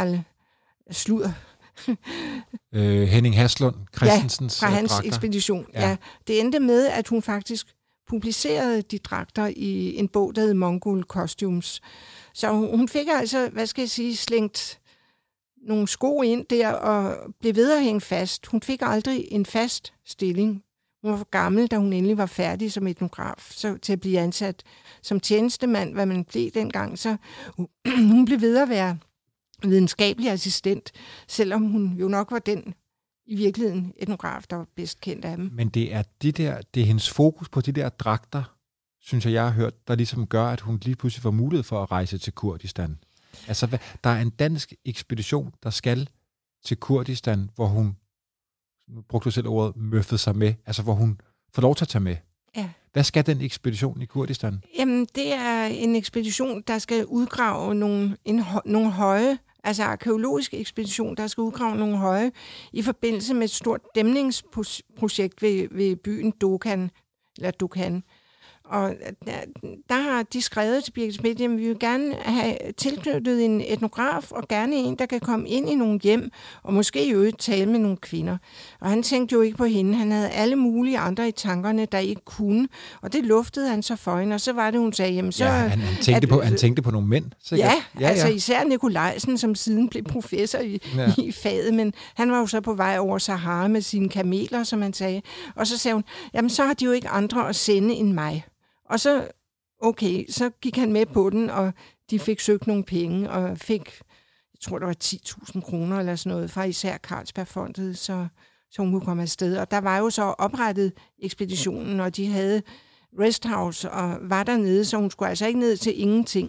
Henning Haslund Christensens fra hans dragter. ekspedition. Ja. Det endte med, at hun faktisk publicerede de dragter i en bog, der hed Mongol Costumes. Så hun fik altså, slængt nogle sko ind der og blev ved at hænge fast. Hun fik aldrig en fast stilling. Hun var for gammel, da hun endelig var færdig som etnograf, så til at blive ansat som tjenestemand, hvad man blev dengang. Så hun blev ved at være videnskabelig assistent, selvom hun jo nok var den i virkeligheden etnograf, der var bedst kendt af dem. Men det er hendes fokus på de der dragter, synes jeg har hørt, der ligesom gør, at hun lige pludselig får mulighed for at rejse til Kurdistan. Altså, der er en dansk ekspedition, der skal til Kurdistan, hvor hun, nu brugte du selv ordet, møffede sig med, altså hvor hun får lov til at tage med. Ja. Hvad skal den ekspedition i Kurdistan? Jamen, det er en ekspedition, der skal udgrave nogle høje, altså arkæologisk ekspedition, der skal udgrave nogle høje i forbindelse med et stort dæmningsprojekt ved byen Dokkan. Og der har de skrevet til Birgit Schmidt, at vi vil gerne have tilknyttet en etnograf, og gerne en, der kan komme ind i nogle hjem, og måske i øvrigt tale med nogle kvinder. Og han tænkte jo ikke på hende. Han havde alle mulige andre i tankerne, der ikke kunne. Og det luftede han så for hende, og så var det, hun sagde, jamen så... Ja, han tænkte på nogle mænd, sikkert. Ja, altså især Nikolajsen, som siden blev professor i faget, men han var jo så på vej over Sahara med sine kameler, som han sagde. Og så sagde hun, jamen så har de jo ikke andre at sende end mig. Og så gik han med på den, og de fik søgt nogle penge, og fik, jeg tror, der var 10.000 kroner eller sådan noget, fra især Carlsbergfondet, så hun kunne komme afsted. Og der var jo så oprettet ekspeditionen, og de havde resthouse og var dernede, så hun skulle altså ikke ned til ingenting.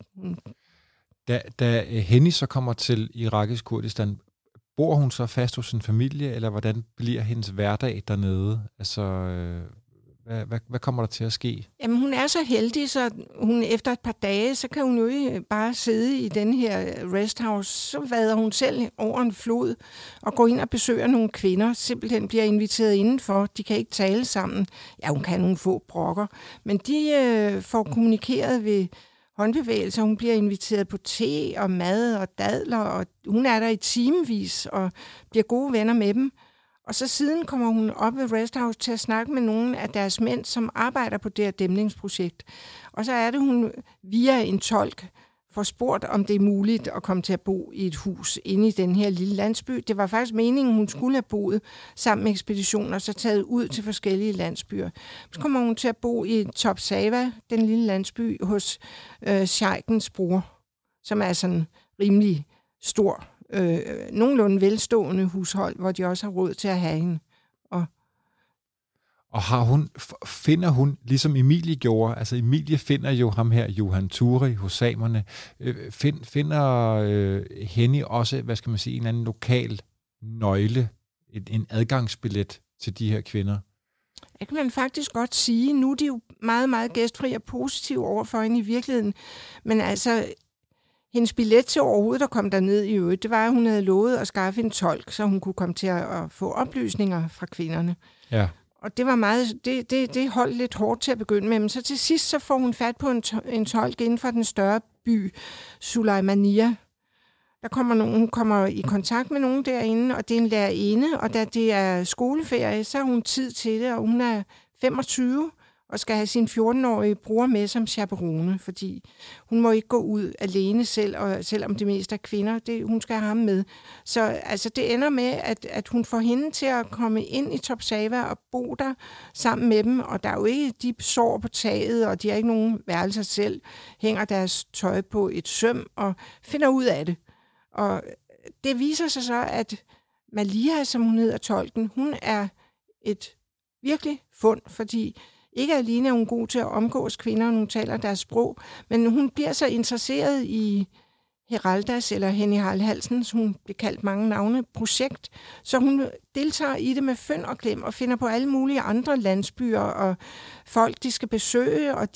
Da Henny så kommer til irakisk Kurdistan, bor hun så fast hos sin familie, eller hvordan bliver hendes hverdag dernede? Altså... Hvad kommer der til at ske? Jamen, hun er så heldig, så hun efter et par dage, så kan hun jo ikke bare sidde i den her resthouse. Så vader hun selv over en flod og går ind og besøger nogle kvinder. Simpelthen bliver inviteret indenfor. De kan ikke tale sammen. Ja, hun kan nogle få brokker. Men de får kommunikeret ved håndbevægelser. Hun bliver inviteret på te og mad og dadler, og hun er der i timevis og bliver gode venner med dem. Og så siden kommer hun op ved Resthouse til at snakke med nogle af deres mænd, som arbejder på det her dæmningsprojekt. Og så er det, hun via en tolk får spurgt, om det er muligt at komme til at bo i et hus inde i den her lille landsby. Det var faktisk meningen, hun skulle have boet sammen med ekspeditionen og så taget ud til forskellige landsbyer. Så kommer hun til at bo i Top Sava, den lille landsby, hos sheikhens bror, som er sådan rimelig stor, nogenlunde velstående hushold, hvor de også har råd til at have hende. Og finder hun, ligesom Emilie gjorde, altså Emilie finder jo ham her, Johan Turi, hos samerne, finder Henny også, hvad skal man sige, en anden lokal nøgle, en adgangsbillet til de her kvinder? Det kan man faktisk godt sige. Nu er de jo meget, meget gæstfri og positive overfor hende i virkeligheden. Men altså, hendes billet til overhovedet at komme derned i øvrigt, det var, at hun havde lovet at skaffe en tolk, så hun kunne komme til at få oplysninger fra kvinderne. Ja. Og det var meget, det holdt lidt hårdt til at begynde med, men så til sidst så får hun fat på en tolk inden for den større by, Sulaimania. Hun kommer i kontakt med nogen derinde, og det er en lærerinde, og da det er skoleferie, så har hun tid til det, og hun er 25 og skal have sin 14-årige bror med som chaperone, fordi hun må ikke gå ud alene selv, og selvom det mest er kvinder, hun skal have ham med. Så altså, det ender med, at hun får hende til at komme ind i Top Sava og bo der sammen med dem, og der er jo ikke, de sover på taget, og de har ikke nogen værelser selv, hænger deres tøj på et søm og finder ud af det. Og det viser sig så, at Maliha, som hun hedder tolken, hun er et virkelig fund, fordi ikke alene er hun god til at omgås kvinder, og hun taler deres sprog, men hun bliver så interesseret i Heraldas eller Henny Harald Halsens, hun bliver kaldt mange navne, projekt, så hun deltager i det med fynd og klem og finder på alle mulige andre landsbyer og folk, de skal besøge, og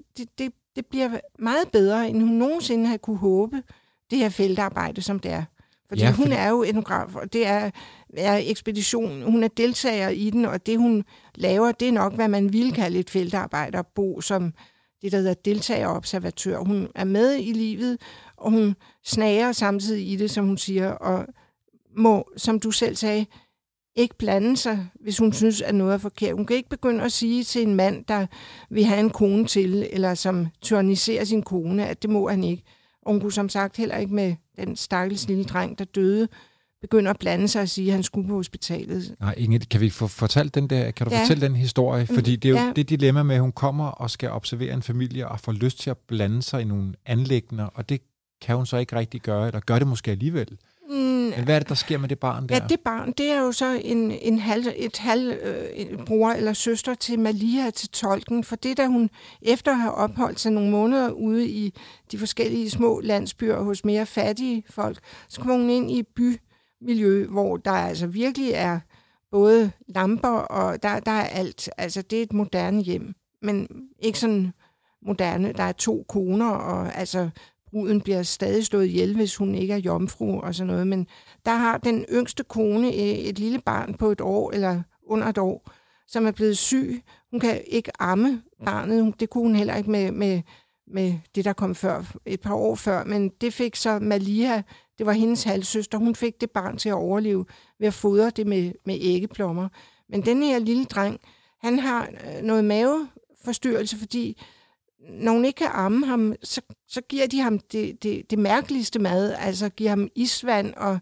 det bliver meget bedre, end hun nogensinde havde kunne håbe, det her feltarbejde, som det er. Fordi hun er jo etnograf, og det er ekspedition, hun er deltager i den, og det hun laver, det er nok, hvad man ville kalde et feltarbejde, at bo som det, der hedder deltagerobservatør. Hun er med i livet, og hun snager samtidig i det, som hun siger, og må, som du selv sagde, ikke blande sig, hvis hun synes, at noget er forkert. Hun kan ikke begynde at sige til en mand, der vil have en kone til, eller som tyranniserer sin kone, at det må han ikke. Og hun kunne som sagt heller ikke med den stakkels lille dreng, der døde, begynde at blande sig og sige, at han skulle på hospitalet. Nej, Inge, kan vi få fortalt den der? Kan du fortælle den historie? Fordi det er jo det dilemma med, at hun kommer og skal observere en familie og får lyst til at blande sig i nogle anliggender, og det kan hun så ikke rigtig gøre, eller gør det måske alligevel. Men hvad er det, der sker med det barn der? Ja, det barn, det er jo så en halv bror eller søster til Malia, til tolken, for det, da hun efter at have opholdt sig nogle måneder ude i de forskellige små landsbyer hos mere fattige folk, så kommer hun ind i et bymiljø, hvor der altså virkelig er både lamper, og der er alt. Altså, det er et moderne hjem, men ikke sådan moderne. Der er 2 koner, og altså bruden bliver stadig slået ihjel, hvis hun ikke er jomfru og sådan noget. Men der har den yngste kone et lille barn på 1 år, eller under 1 år, som er blevet syg. Hun kan ikke amme barnet. Det kunne hun heller ikke med det, der kom før, et par år før. Men det fik så Malia, det var hendes halvsøster. Hun fik det barn til at overleve ved at fodre det med æggeplommer. Men den her lille dreng, han har noget maveforstyrrelse, fordi når hun ikke kan amme ham, så giver de ham det mærkeligste mad, altså giver ham isvand og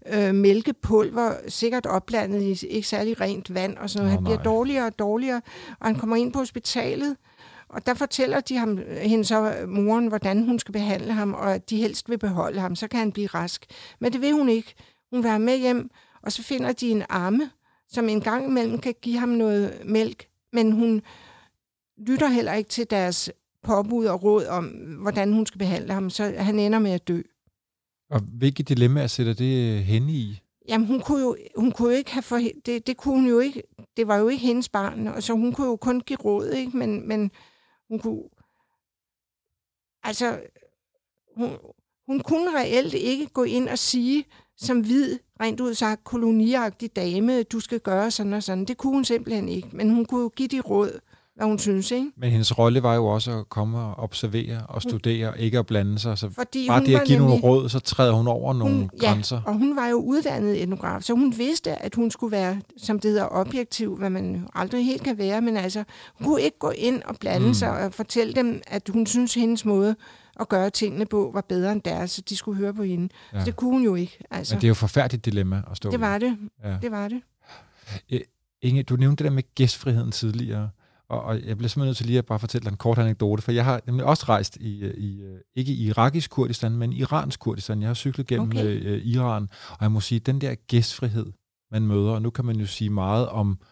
mælkepulver, sikkert opblandet i ikke særlig rent vand og sådan noget. Han bliver dårligere og dårligere, og han kommer ind på hospitalet, og der fortæller de ham, hende så moren, hvordan hun skal behandle ham, og at de helst vil beholde ham, så kan han blive rask. Men det vil hun ikke. Hun vil have med hjem, og så finder de en amme, som en gang imellem kan give ham noget mælk, men hun lytter heller ikke til deres påbud og råd om, hvordan hun skal behandle ham, så han ender med at dø. Og hvilke dilemmaer sætter det hende i? Jamen, hun kunne jo ikke have det kunne hun jo ikke. Det var jo ikke hendes barn, og så hun kunne jo kun give råd, ikke? Men hun kunne altså hun kunne reelt ikke gå ind og sige som hvid, rent ud sagt koloniagtig dame, du skal gøre sådan og sådan. Det kunne hun simpelthen ikke, men hun kunne jo give de råd, hvad hun synes, ikke? Men hendes rolle var jo også at komme og observere og studere, ikke at blande sig. Så fordi bare det at give nogle råd, så træder hun over nogle grænser. Ja, og hun var jo uddannet etnograf, så hun vidste, at hun skulle være, som det hedder, objektiv, hvad man aldrig helt kan være, men altså, hun kunne ikke gå ind og blande sig og fortælle dem, at hun synes, hendes måde at gøre tingene på var bedre end deres, så de skulle høre på hende. Ja. Så det kunne hun jo ikke. Altså. Men det er jo et forfærdeligt dilemma at stå i. Det var det. Ja. Det var det. Inge, du nævnte det der med gæstfriheden tidligere. Og jeg bliver simpelthen nødt til lige at bare fortælle dig en kort anekdote, for jeg har nemlig også rejst ikke i irakisk Kurdistan, men iransk Kurdistan. Jeg har cyklet gennem Iran, og jeg må sige, den der gæstfrihed, man møder, og nu kan man jo sige meget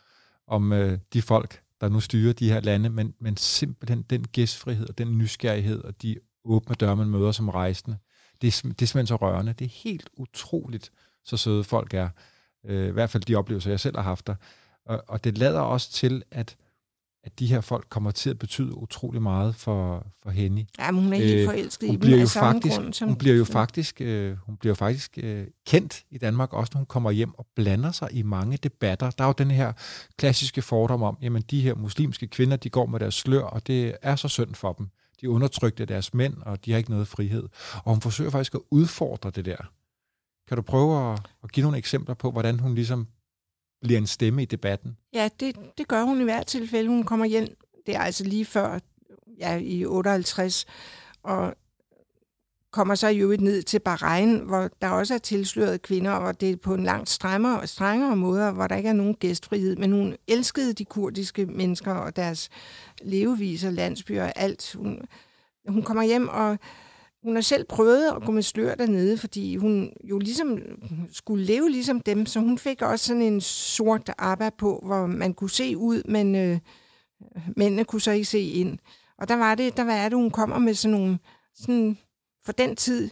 om de folk, der nu styrer de her lande, men simpelthen den gæstfrihed og den nysgerrighed og de åbne døre, man møder som rejsende, det er simpelthen så rørende. Det er helt utroligt, så søde folk er. I hvert fald de oplevelser, jeg selv har haft der. Og det lader også til, at de her folk kommer til at betyde utrolig meget for hende. Ja, men hun er helt forelsket i dem af samme grund. Hun bliver jo faktisk kendt i Danmark, også når hun kommer hjem og blander sig i mange debatter. Der er jo den her klassiske fordom om, jamen de her muslimske kvinder, de går med deres slør, og det er så synd for dem. De undertrykte deres mænd, og de har ikke noget frihed. Og hun forsøger faktisk at udfordre det der. Kan du prøve at give nogle eksempler på, hvordan hun ligesom bliver en stemme i debatten? Ja, det gør hun i hvert tilfælde. Hun kommer hjem, det er altså lige før, i 58, og kommer så i øvrigt ned til Bahrain, hvor der også er tilsløret kvinder, og det er på en langt strengere måde, hvor der ikke er nogen gæstfrihed. Men hun elskede de kurdiske mennesker og deres leveviser, landsbyer og alt. Hun kommer hjem, og hun har selv prøvet at gå med slør dernede, fordi hun jo ligesom skulle leve ligesom dem, så hun fik også sådan en sort arbejde på, hvor man kunne se ud, men mændene kunne så ikke se ind. Og der er det, hun kommer med sådan nogle, for den tid,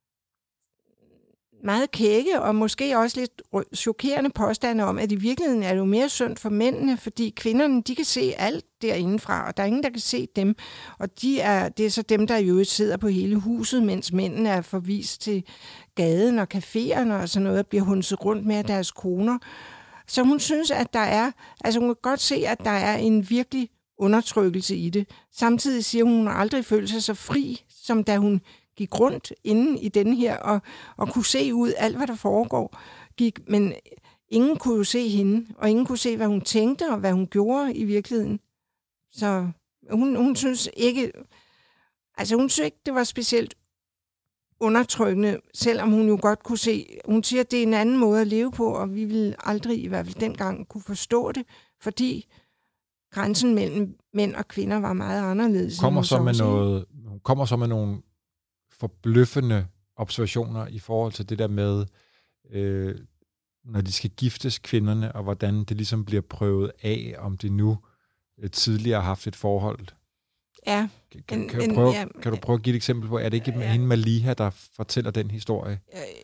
meget kække og måske også lidt chokerende påstande om, at i virkeligheden er det jo mere sundt for mændene, fordi kvinderne, de kan se alt derindefra, og der er ingen, der kan se dem. Og det er så dem, der jo sidder på hele huset, mens mændene er forvist til gaden og caféerne og sådan noget, og bliver hundset rundt med deres koner. Så hun synes, at hun kan godt se, at der er en virkelig undertrykkelse i det. Samtidig siger hun aldrig følte sig så fri, som da hun gik rundt inde i den her og kunne se ud alt, hvad der foregår. Men ingen kunne jo se hende, og ingen kunne se, hvad hun tænkte og hvad hun gjorde i virkeligheden. Så hun synes ikke, det var specielt undertrykkende, selvom hun jo godt kunne se, hun siger, at det er en anden måde at leve på, og vi ville aldrig i hvert fald dengang kunne forstå det, fordi grænsen mellem mænd og kvinder var meget anderledes. Hun kommer så med nogle forbløffende observationer i forhold til det der med, når de skal giftes, kvinderne, og hvordan det ligesom bliver prøvet af, om de nu tidligere har haft et forhold. Ja. Kan du prøve at give et eksempel på, er det ikke hende Maliha, der fortæller den historie?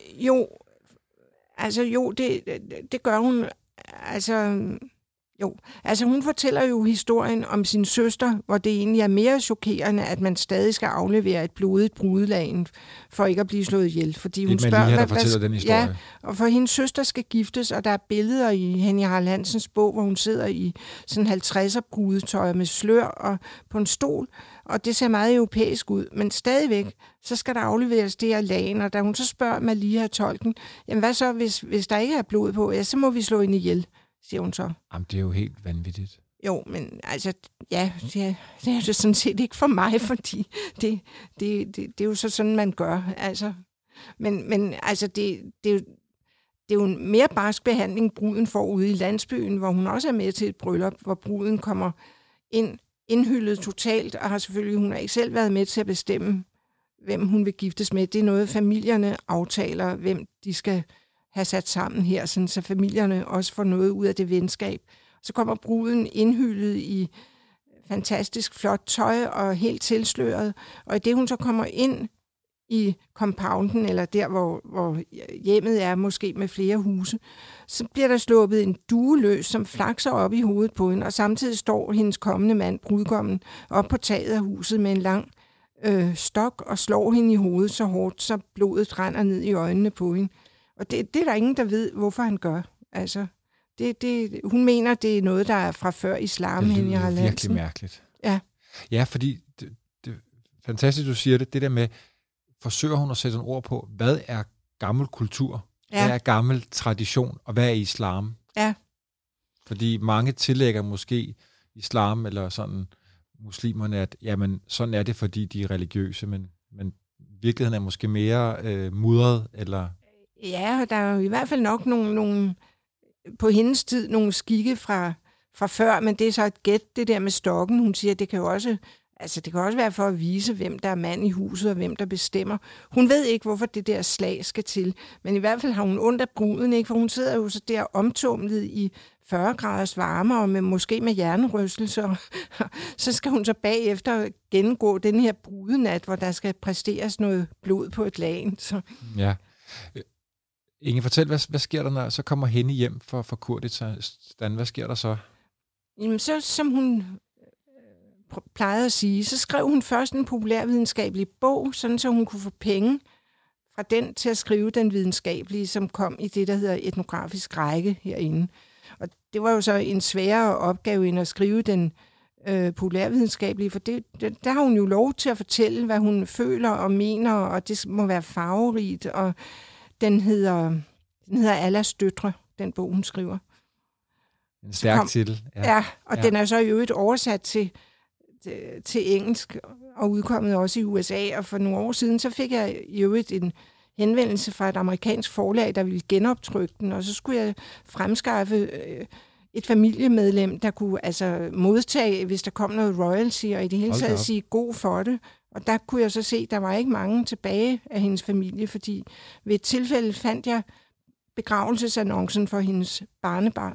Det gør hun. Hun fortæller jo historien om sin søster, hvor det egentlig er mere chokerende, at man stadig skal aflevere et blodigt brudelagen for ikke at blive slået ihjel. Fordi hun spørger, der fortæller den historie. Ja, og for hendes søster skal giftes, og der er billeder i Henny Harald Hansens bog, hvor hun sidder i sådan 50'er brudetøj med slør og på en stol, og det ser meget europæisk ud. Men stadigvæk, så skal der afleveres det her lagen, og da hun så spørger Maliha tolken, jamen hvad så, hvis der ikke er blod på, ja, så må vi slå hende ihjel, siger hun så. Jamen, det er jo helt vanvittigt. Jo, men altså, ja, det er det sådan set ikke for mig, fordi det er jo så sådan, man gør. Altså. Men altså, det er jo en mere barsk behandling, bruden får ude i landsbyen, hvor hun også er med til et bryllup, hvor bruden kommer indhyldet totalt, og hun har ikke selv været med til at bestemme, hvem hun vil giftes med. Det er noget, familierne aftaler, hvem de skal have sat sammen her, sådan, så familierne også får noget ud af det venskab. Så kommer bruden indhyldet i fantastisk flot tøj og helt tilsløret, og i det hun så kommer ind i compounden, eller der, hvor hjemmet er, måske med flere huse, så bliver der sluppet en due løs, som flakser op i hovedet på hende, og samtidig står hendes kommende mand, brudgommen, op på taget af huset med en lang stok og slår hende i hovedet så hårdt, så blodet render ned i øjnene på hende. Og det er der ingen, der ved, hvorfor han gør. Altså, hun mener, det er noget, der er fra før islam. Det lyder virkelig mærkeligt. Ja. Ja, fordi det fantastisk, du siger det der med, forsøger hun at sætte en ord på, hvad er gammel kultur, hvad er gammel tradition, og hvad er islam? Ja. Fordi mange tillægger måske islam, eller sådan muslimerne, at jamen, sådan er det, fordi de er religiøse, men virkeligheden er måske mere mudret, eller... Ja, og der er jo i hvert fald nok nogle på hendes tid nogle skikke fra før, men det er så et gæt, det der med stokken. Hun siger, det kan også være for at vise, hvem der er mand i huset, og hvem der bestemmer. Hun ved ikke, hvorfor det der slag skal til, men i hvert fald har hun ondt af bruden, ikke? For hun sidder jo så der omtumlet i 40 graders varme, og måske med hjernerystelser. Så skal hun så bagefter gennemgå den her brudenat, hvor der skal præsteres noget blod på et lagen. Så. Ja. Inge, fortæl, hvad sker der, når så kommer Henny hjem for Kurdistan? Hvad sker der så? Jamen, så som hun plejede at sige, så skrev hun først en populærvidenskabelig bog, sådan så hun kunne få penge fra den til at skrive den videnskabelige, som kom i det, der hedder etnografisk række herinde. Og det var jo så en sværere opgave end at skrive den populærvidenskabelige, for der har hun jo lov til at fortælle, hvad hun føler og mener, og det må være farverigt, og den hedder Allahs døtre, den bog, hun skriver. En stærk titel. Ja, og den er så i øvrigt oversat til engelsk og udkommet også i USA, og for nogle år siden, så fik jeg i øvrigt en henvendelse fra et amerikansk forlag, der ville genoptrykke den, og så skulle jeg fremskaffe et familiemedlem, der kunne altså modtage, hvis der kom noget royalty, og i det hele taget sige god for det. Og der kunne jeg så se, at der var ikke mange tilbage af hendes familie, fordi ved et tilfælde fandt jeg begravelsesannoncen for hendes barnebarn.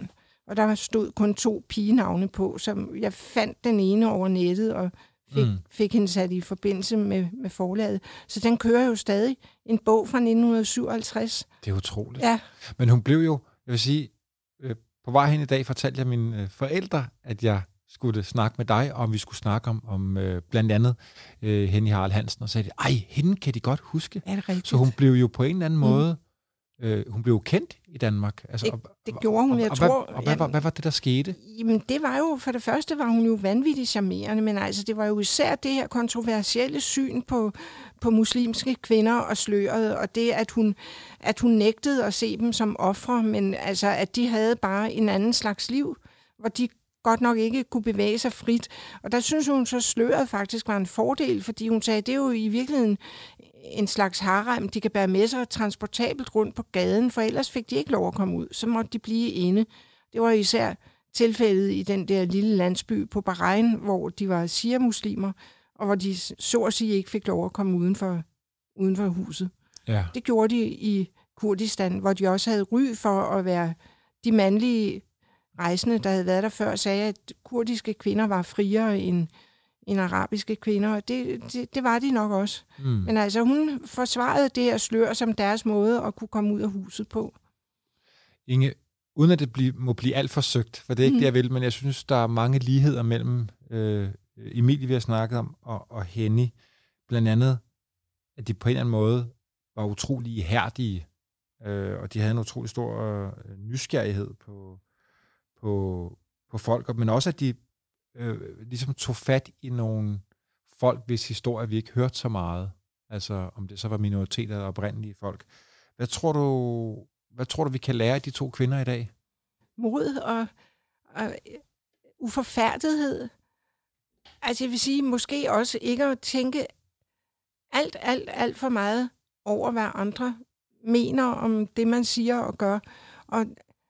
Og der stod kun 2 pigenavne på, så jeg fandt den ene over nettet og fik hende sat i forbindelse med forlaget. Så den kører jo stadig. En bog fra 1957. Det er utroligt. Ja. Men hun blev jo, jeg vil sige, på vej hen i dag fortalte jeg mine forældre, at jeg skulle snakke med dig, og vi skulle snakke om blandt andet Henny Harald Hansen, og sagde, hende kan de godt huske. Er det rigtigt? Så hun blev jo på en eller anden måde, hun blev kendt i Danmark. Altså, det gjorde hun, jeg tror. Hvad var det, der skete? Jamen, det var jo, for det første var hun jo vanvittigt charmerende, men altså, det var jo især det her kontroversielle syn på muslimske kvinder og sløret, og det, at hun nægtede at se dem som ofre, men altså, at de havde bare en anden slags liv, hvor de godt nok ikke kunne bevæge sig frit. Og der synes hun så, sløret faktisk var en fordel, fordi hun sagde, det er jo i virkeligheden en slags harem, de kan bære med sig transportabelt rundt på gaden, for ellers fik de ikke lov at komme ud. Så måtte de blive inde. Det var især tilfældet i den der lille landsby på Bahrain, hvor de var shia-muslimer, og hvor de så at sige ikke fik lov at komme uden for huset. Ja. Det gjorde de i Kurdistan, hvor de også havde ry for at være de mandlige rejsende, der havde været der før, sagde, at kurdiske kvinder var friere end arabiske kvinder, og det var de nok også. Men altså, hun forsvarede det at sløre som deres måde at kunne komme ud af huset på. Inge, uden at det må blive alt for søgt, for det er ikke det, jeg vil, men jeg synes, der er mange ligheder mellem Emilie, vi har snakket om, og Henny. Blandt andet, at de på en eller anden måde var utrolig ihærdige, og de havde en utrolig stor nysgerrighed på folk, men også, at de ligesom tog fat i nogle folk, hvis historie vi ikke hørte så meget. Altså, om det så var minoriteter og oprindelige folk. Hvad tror du, vi kan lære af de 2 kvinder i dag? Mod og uforfærdighed. Altså, jeg vil sige, måske også ikke at tænke alt for meget over, hvad andre mener om det, man siger og gør. Og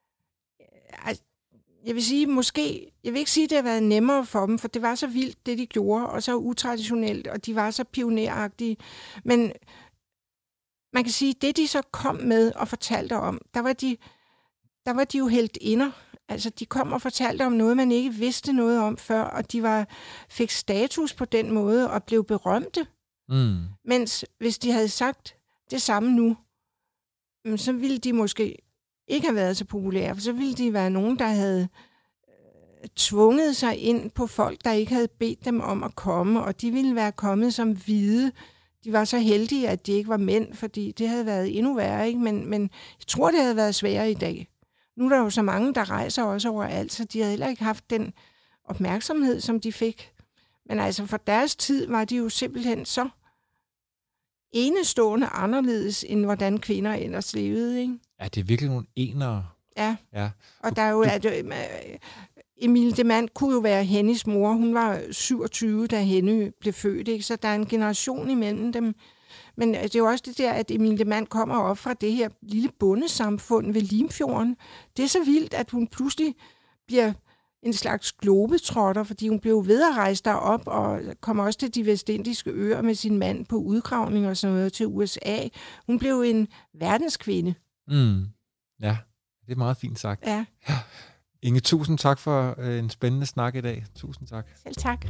jeg vil sige, jeg vil ikke sige, at det har været nemmere for dem, for det var så vildt, det de gjorde, og så utraditionelt, og de var så pioneragtige. Men man kan sige, det de så kom med og fortalte om, der var de jo heltinder. Altså, de kom og fortalte om noget, man ikke vidste noget om før, og de fik status på den måde og blev berømte. Mens hvis de havde sagt det samme nu, så ville de måske ikke have været så populære, for så ville de være nogen, der havde tvunget sig ind på folk, der ikke havde bedt dem om at komme, og de ville være kommet som hvide. De var så heldige, at de ikke var mænd, fordi det havde været endnu værre, ikke? Men jeg tror, det havde været sværere i dag. Nu er der jo så mange, der rejser også overalt, så de havde heller ikke haft den opmærksomhed, som de fik. Men altså for deres tid var de jo simpelthen så enestående anderledes, end hvordan kvinder ellers levede, ikke? Ja, det er virkelig nogle enere. Ja. Og der er jo... Emilie Demand kunne jo være Hennys mor. Hun var 27, da Henny blev født, ikke? Så der er en generation imellem dem. Men det er jo også det der, at Emilie Demand kommer op fra det her lille bondesamfund ved Limfjorden. Det er så vildt, at hun pludselig bliver en slags globetrotter, fordi hun blev ved at rejse derop og kommer også til de vestindiske øer med sin mand på udgravning og sådan noget til USA. Hun blev en verdenskvinde. Ja, det er meget fint sagt. Ja. Inge, tusind tak for en spændende snak i dag. Tusind tak. Selv tak.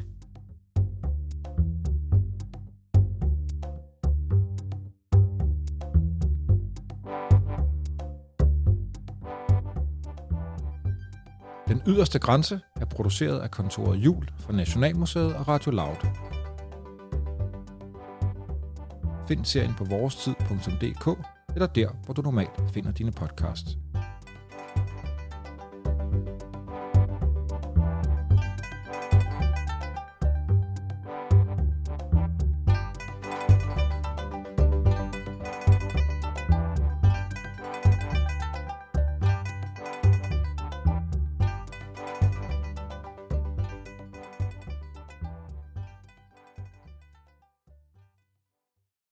Den yderste grænse er produceret af kontoret Jul for Nationalmuseet og Radio Loud. Find serien på vorestid.dk eller der, hvor du normalt finder dine podcasts.